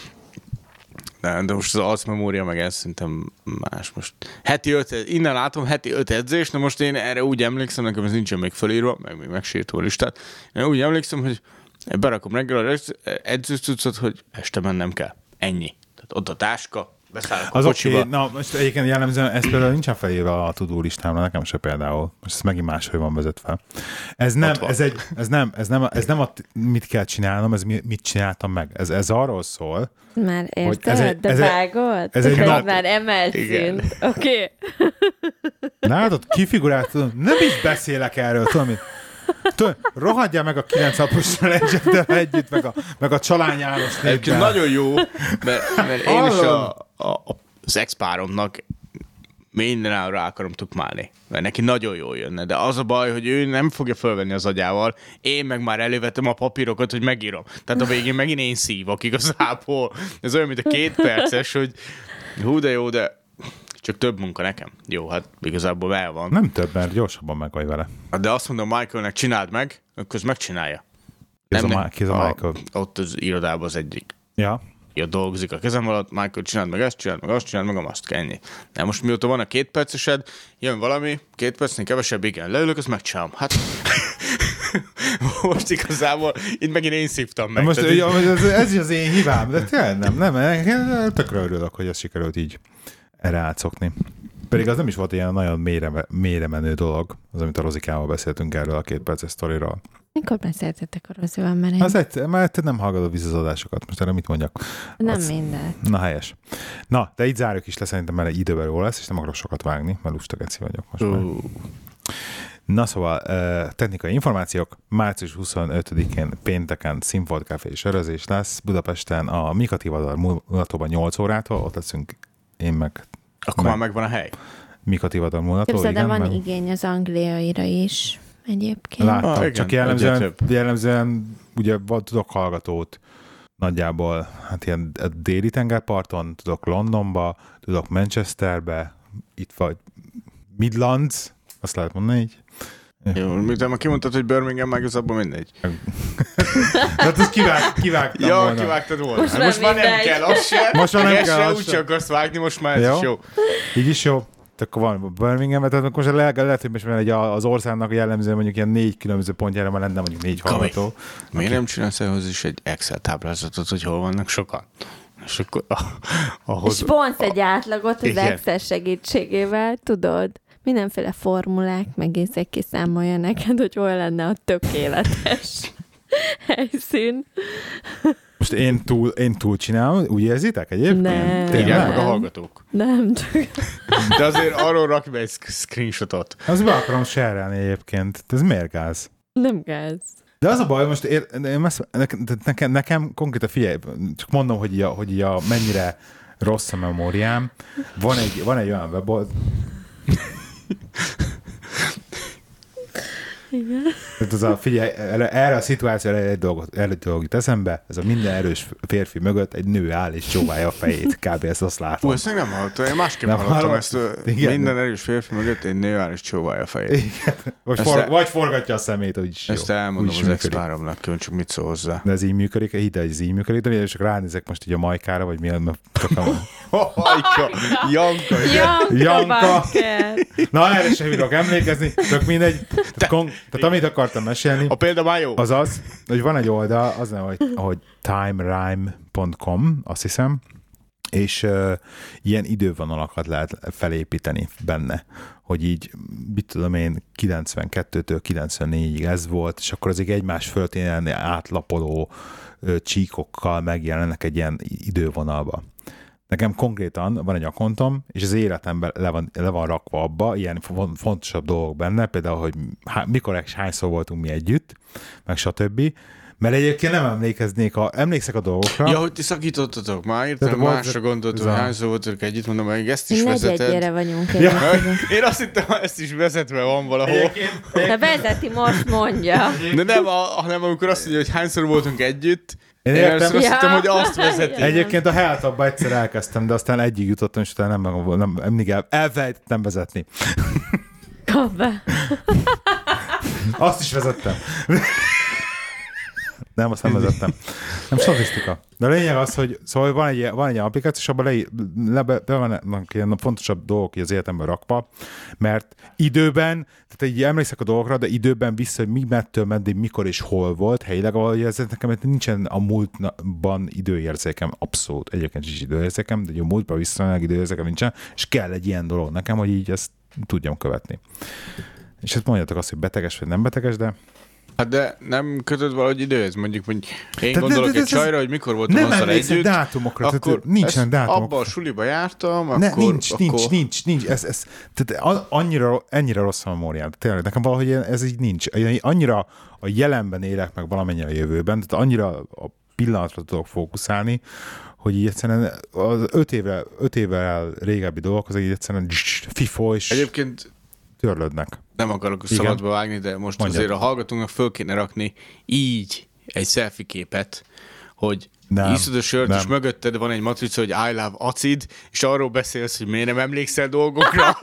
De, de most az arcmemória meg ez szerintem más most. Heti öt, innen látom, heti öt edzés, de most én erre úgy emlékszem, nekem ez nincsen még fölírva, meg még megsírtó a listát. Én úgy emlékszem, hogy berakom reggel az edzőcuccot, hogy este mennem kell. Ennyi. Tehát ott a táska, beszállok a az kocsiba. Okay. Na, most egyébként jellemzően ez például nincsen felírva a tudó listámra, nekem se például. Most ez megint máshogy van vezetve. Ez nem, ez egy, ez nem, ez nem, ez nem a, mit kell csinálnom, ez mit csináltam meg. Ez, ez arról szól, már érted, ez egy, de ez vágod? Ez egy nap... már emelt szint. Oké. Okay. Látod, kifigurált, tudom, nem is beszélek erről, tudom, mit, tudom, rohadjál meg a kilenc napos legyenddel együtt, meg a, meg a Csalány János névben. Nagyon jó, mert, mert én is a, a, az ex-páromnak mindenáll rá akarom tukmálni, mert neki nagyon jól jönne, de az a baj, hogy ő nem fogja fölvenni az agyával, én meg már elővettem a papírokat, hogy megírom. Tehát a végén megint én szívok igazából. Ez olyan, mint a két perces, hogy hú, de jó, de csak több munka nekem. Jó, hát igazából el van. Nem több, mert gyorsabban meg vagy vele. De azt mondom Michaelnek, csináld meg, akkor megcsinálja. Ki ez a, Ma- ki ez a Michael? A, ott az irodában az egyik. Ja. Ja, dolgozik a kezem alatt, Michael, csináld meg ezt, csináld meg azt, csináld meg azt, ennyi. De most mióta van a két percesed, jön valami, két percnél kevesebb, igen, leülök, azt megcsinálom. Hát most igazából itt megint én szívtam meg. Most így... ez, ez is az én hibám, de tényleg nem, nem, nem tökre örülök, hogy ez sikerült így erre átszokni. Pedig az nem is volt ilyen nagyon mélyre, mélyre menő dolog, az, amit a Rozikával beszéltünk erről a két perces sztoriról. Mikor beszéltetek a Rozival, mert én... Az egy, mert te nem hallgatod vissza az adásokat. Most erre mit mondjak? Nem az... minden. Na, helyes. Na, de így zárjuk is le, szerintem mert egy időben jó lesz, és nem akarok sokat vágni, mert lusta geci vagyok most már. Uh. Na szóval, uh, technikai információk. március huszonötödikén pénteken Színfolt Café sörözés lesz Budapesten a Mika Tivadar mulatóban nyolc órától, ott leszünk én meg... Akkor meg, már megvan a hely. Mika Tivadar mulató, Képzeld, igen. de van meg... igény az angliaira is egyébként. Láttam, ah, igen, csak jellemzően, jellemzően ugye tudok hallgatót nagyjából, hát ilyen déli tengerparton, tudok Londonba, tudok Manchesterbe, itt vagy Midlands, azt lehet mondani így. Jó, miután kimondtad, hogy Birmingham, meg az abban mindegy. Hát ezt kivág, kivágtam ja, volna. kivágtad volna. Most, most már nem kell, az se. Most már nem kell, se, az úgy se. csak azt vágni, most már ez jó. is jó. Így is jó. akkor van Birminghamben, tehát most lehet, lehet hogy most egy az országnak jellemző mondjuk ilyen négy különböző pontjára már lenne mondjuk négy hallgató. Miért nem csinálsz ehhez is egy Excel táblázatot, hogy hol vannak sokan? És akkor ahhoz... És vonsz egy átlagot az igen. Excel segítségével, tudod? Mindenféle formulák, meg észek kiszámolja neked, hogy hol lenne a tökéletes helyszín. Most én túl, én túl csinálom, úgy érzitek egyébként? Nem. Írják meg a hallgatók. Nem, csak... De azért arról rakj be egy screenshotot. Az be akarom share-elni egyébként. Ez miért gáz? Nem gáz. De az a baj, most én, én ezt, nekem, nekem konkrétan figyelj, csak mondom, hogy, a, hogy a, mennyire rossz a memóriám. Van egy, van egy olyan webold, igen. Ez a, figyelj, erre a szituációra egy dolgot, egy dolgot eszembe, ez a minden erős férfi mögött egy nő áll és csóválja a fejét, kb. Ezt azt látom. Hú, ezt még nem hallottam, én másképp nem hallottam hallott. Ezt, igen, minden erős férfi mögött egy nő áll és csóválja a fejét. Vagy, for, el, vagy forgatja a szemét, úgyis ezt jó. elmondom az ex páromnak, csak mit szól hozzá. De ez így működik, hidd el, hogy ez így működik, de én csak ránézek most így a Majkára, vagy mi a... Majka, Janka. Janka. Na, erre sem bírok emlékezni, csak mindegy. Tehát amit akartam mesélni, a példa már jó. Az az, hogy van egy oldal, az nem, hogy, hogy timerime pont com, azt hiszem, és uh, ilyen idővonalakat lehet felépíteni benne, hogy így, mit tudom én, kilencvenkettőtől kilencvennégyig ez volt, és akkor azért egymás fölött ilyen átlapoló uh, csíkokkal megjelennek egy ilyen idővonalba. Nekem konkrétan van egy akkontom, és az életemben le van, le van rakva abba, ilyen fontosabb dolgok benne, például, hogy há, mikor és hányszor voltunk mi együtt, meg stb. Mert egyébként nem emlékeznék, a, emlékszek a dolgokra. Ja, hogy ti szakítottatok már, értem, másra gondoltam, hogy hányszor voltunk együtt, mondom, hogy ezt is vezeted. Negyedjére vagyunk ja. Én azt hittem, ezt is vezetve van valahol. De vezeti, most mondja. De nem, a, hanem amikor azt mondja, hogy hányszor voltunk együtt, én, én értem, azt ja. hittem, hogy azt vezeti. Egyébként a Heltabba egyszer elkezdtem, de aztán egyig jutottam, és utána nem, nem, nem, mindig el, elfelejtettem vezetni. Kap be. Azt is vezettem. Nem, azt nem vezettem. Nem statisztika. De a lényeg az, hogy szóval van egy, van egy applikáció, és abban le, le, be, be vannak ilyen fontosabb dolgok az életemben rakva, mert időben, tehát így emlékszek a dolgokra, de időben vissza, hogy mi mettől, meddig, mikor és hol volt helyileg, ahogy ez nekem nincsen a múltban időérzékem, abszolút, egyébként is időérzékem, de a múltban vissza időérzékem nincsen, és kell egy ilyen dolog nekem, hogy így ezt tudjam követni. És ezt mondjátok azt, hogy beteges vagy nem beteges, de Hát de nem kötöd valahogy időhez, mondjuk, hogy én de, gondolok de, de, egy csajra, hogy mikor voltam azzal együtt. Nem emlékszem dátumokra, akkor nincsen dátumok. Abba a suliba jártam, ne, akkor... Nincs, akkor... nincs, nincs, nincs. Ez, ez, tehát annyira, ennyire rossz a memóriám. Tényleg, nekem valahogy ez így nincs. Annyira a jelenben élek meg valamennyire a jövőben, tehát annyira a pillanatra tudok fókuszálni, hogy így egyszerűen az öt évvel, öt évvel régebbi dolgok, az így egyszerűen fifó, és egyébként törlődnek. Nem akarok a szabadba vágni, de most mondjad. Azért a hallgatónak föl kéne rakni így egy selfie képet, hogy iszod a sört, és mögötted van egy matrica, hogy I love acid, és arról beszélsz, hogy miért nem emlékszel dolgokra.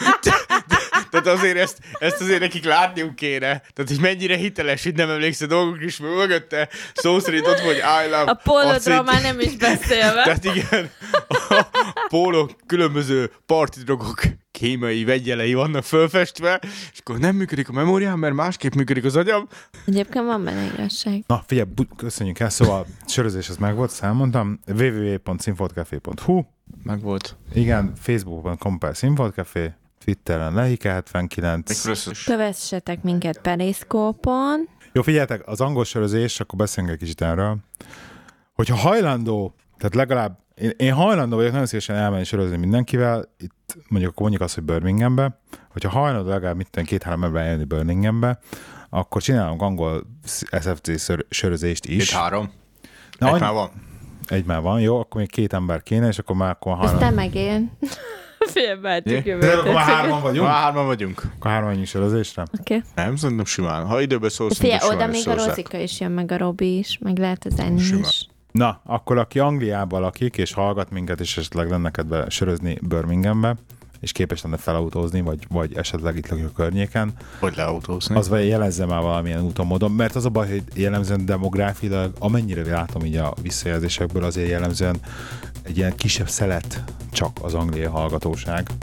Tehát azért ezt, ezt azért nekik látniuk kéne. Tehát, hogy mennyire hiteles, hogy nem emlékszel dolgokra, és mögötte szó szerint ott, hogy I love a pólódról már nem is beszélve. Tehát igen, a pólók különböző parti drogok kémiai vegyelei vannak fölfestve, és akkor nem működik a memóriám, mert másképp működik az agyam. Egyébként van benne igazság. Na, figyelj, köszönjük el, szóval sörözés, az megvolt, ezt elmondtam, double-u double-u double-u pont színfoltcafé pont hu. Megvolt. Igen, Facebook pont com per színfoltcafé, Twitteren Lehike hetvenkilenc. Kövessetek minket Periszkópon. Jó, figyeljetek, az angol sörözés, akkor beszélünk egy kicsit erről. Hogyha hajlandó, tehát legalább Én, én hajlandó vagyok nagyon szívesen elmenni sörözni mindenkivel, itt mondjuk mondjuk azt, hogy Birminghambe, hogyha hajlandó legalább mitten két-három ember eljönni Birminghambe, akkor csinálunk angol es ef cé sörözést is. Két-három. Na, egy any- már van. Egy már van, jó, akkor még két ember kéne, és akkor már akkor hajlandó. Ezt te meg én. Félbehetjük jövőt. De akkor már hárman vagyunk? Már hárman vagyunk. Akkor hárman ennyi sörözésre? Oké. Okay. Nem, szerintem simán. Ha időben szólsz, Figyelj, oda még a Rozika is jön, meg a Robi is, meg lehet az Enni is. Na, akkor aki Angliában lakik, és hallgat minket, és esetleg lenne kedve sörözni Birminghambe, és képes lenne felautózni, vagy, vagy esetleg itt lakik a környéken. Vagy leautózni. Az vagy jelezze már valamilyen úton, módon, mert az a baj, hogy jellemzően demográfilag, amennyire látom így a visszajelzésekből, azért jellemzően egy ilyen kisebb szelet csak az angliai hallgatóság.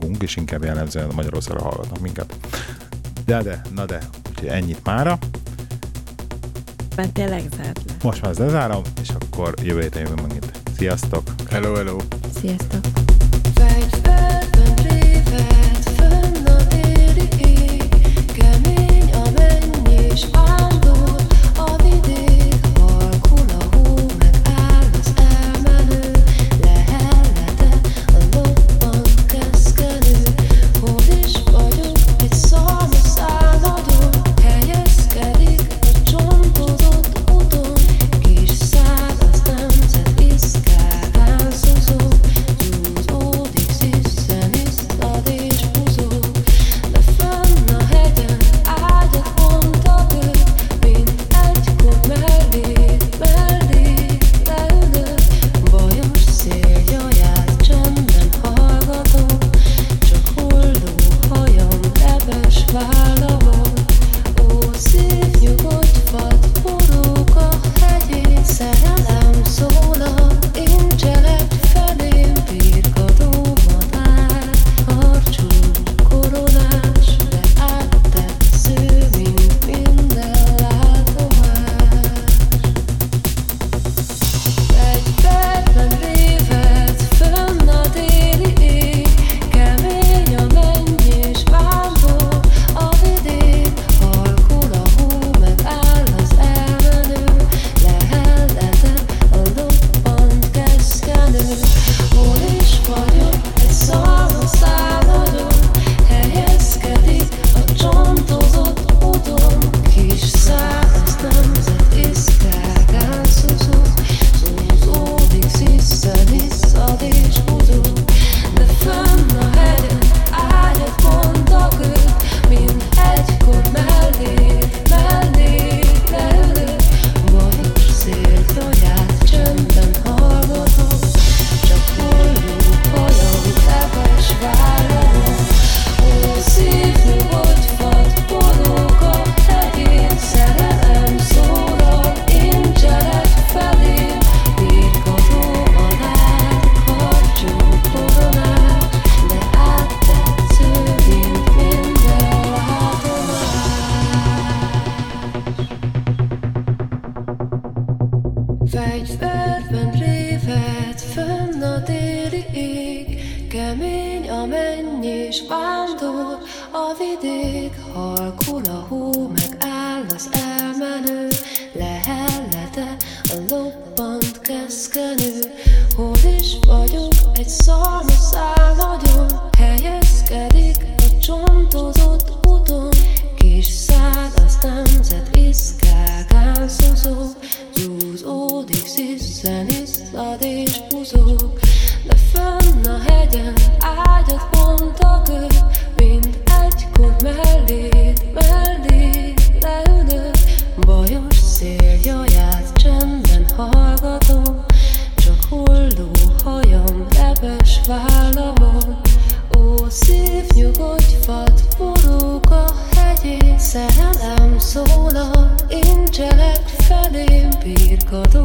fogunk, és inkább jellemzően Magyarországra hallgatnak minket. De, de, na de, úgyhogy ennyit mára. Mert tényleg zárt le. Most már ezt lezárom, és akkor jövő héten jövünk megint. Sziasztok! Hello, hello! Sziasztok! Fegyverben réved fönn a déli ég, kemény a mennyis vándor, a vidék halkul a hó, megáll az elmenő, lehellete a lobbant keszkenő, hol is vagyok, egy szalmaszál nagyon, helyezkedik a csontozott úton, kis szád az nemzet iszkágán szozó, gyúzódik sziszen iszlad és húzó, de fenn a hegyen ágyat vontak ők, mint egykor mellét, mellét leülök, bajos széljaját csendben hallgatom, csak holló hajam, lebes vállamon, ó szív nyugodt vad, forrók a hegyén, szerelem szólal, incselek felém, birkadó madár, harcsú koronás, de áttetsző, mint minden látomás. Fegyverben réved fönn a déli ég, kemény a mennyis vándor, a vidék halkul a hó, megáll az elmenő, lehellete a lobbant keszkenő, hol is vagyok, egy szalmaszál nagyon, helyezkedik a csontozott úton, kis száraz nemzet iszkágán szozó, zúzódik sziszen iszad és húzó, de fönn a hegyen ágyat vontak ők, mint egykor mellé, mellé leülök, bajos széljaját csendben hallgatom, csak holló hajam, leves vállamon, ó szív nyugodt vad, forrók a hegyén, szerelem szólal, incselek felém, birkadó madár, karcsú koronás, de áttetsző, mint minden látomás. Fegyverben réved fönn a déli ég, kemény a mennyis vándor, a vidék halkul a hó, megáll az elmenő, lehellete a lobbant keszkenő, hol is vagyok, egy szalmaszál nagyon, helyezkedik a csontozott úton, kis szád az nemzet iszkágán szozó, gyúzódik sziszen iszlad és húzó, de fenn a hegyen ágyat vontak ők, mint egykor mellét, mellét leülök, bajos széljaját csendben hallgatom, csak holló hajam, lebes vállamon, ó szív nyugodj vad, forrók a hegyén, szerelem szólal, incselek felém, birkadó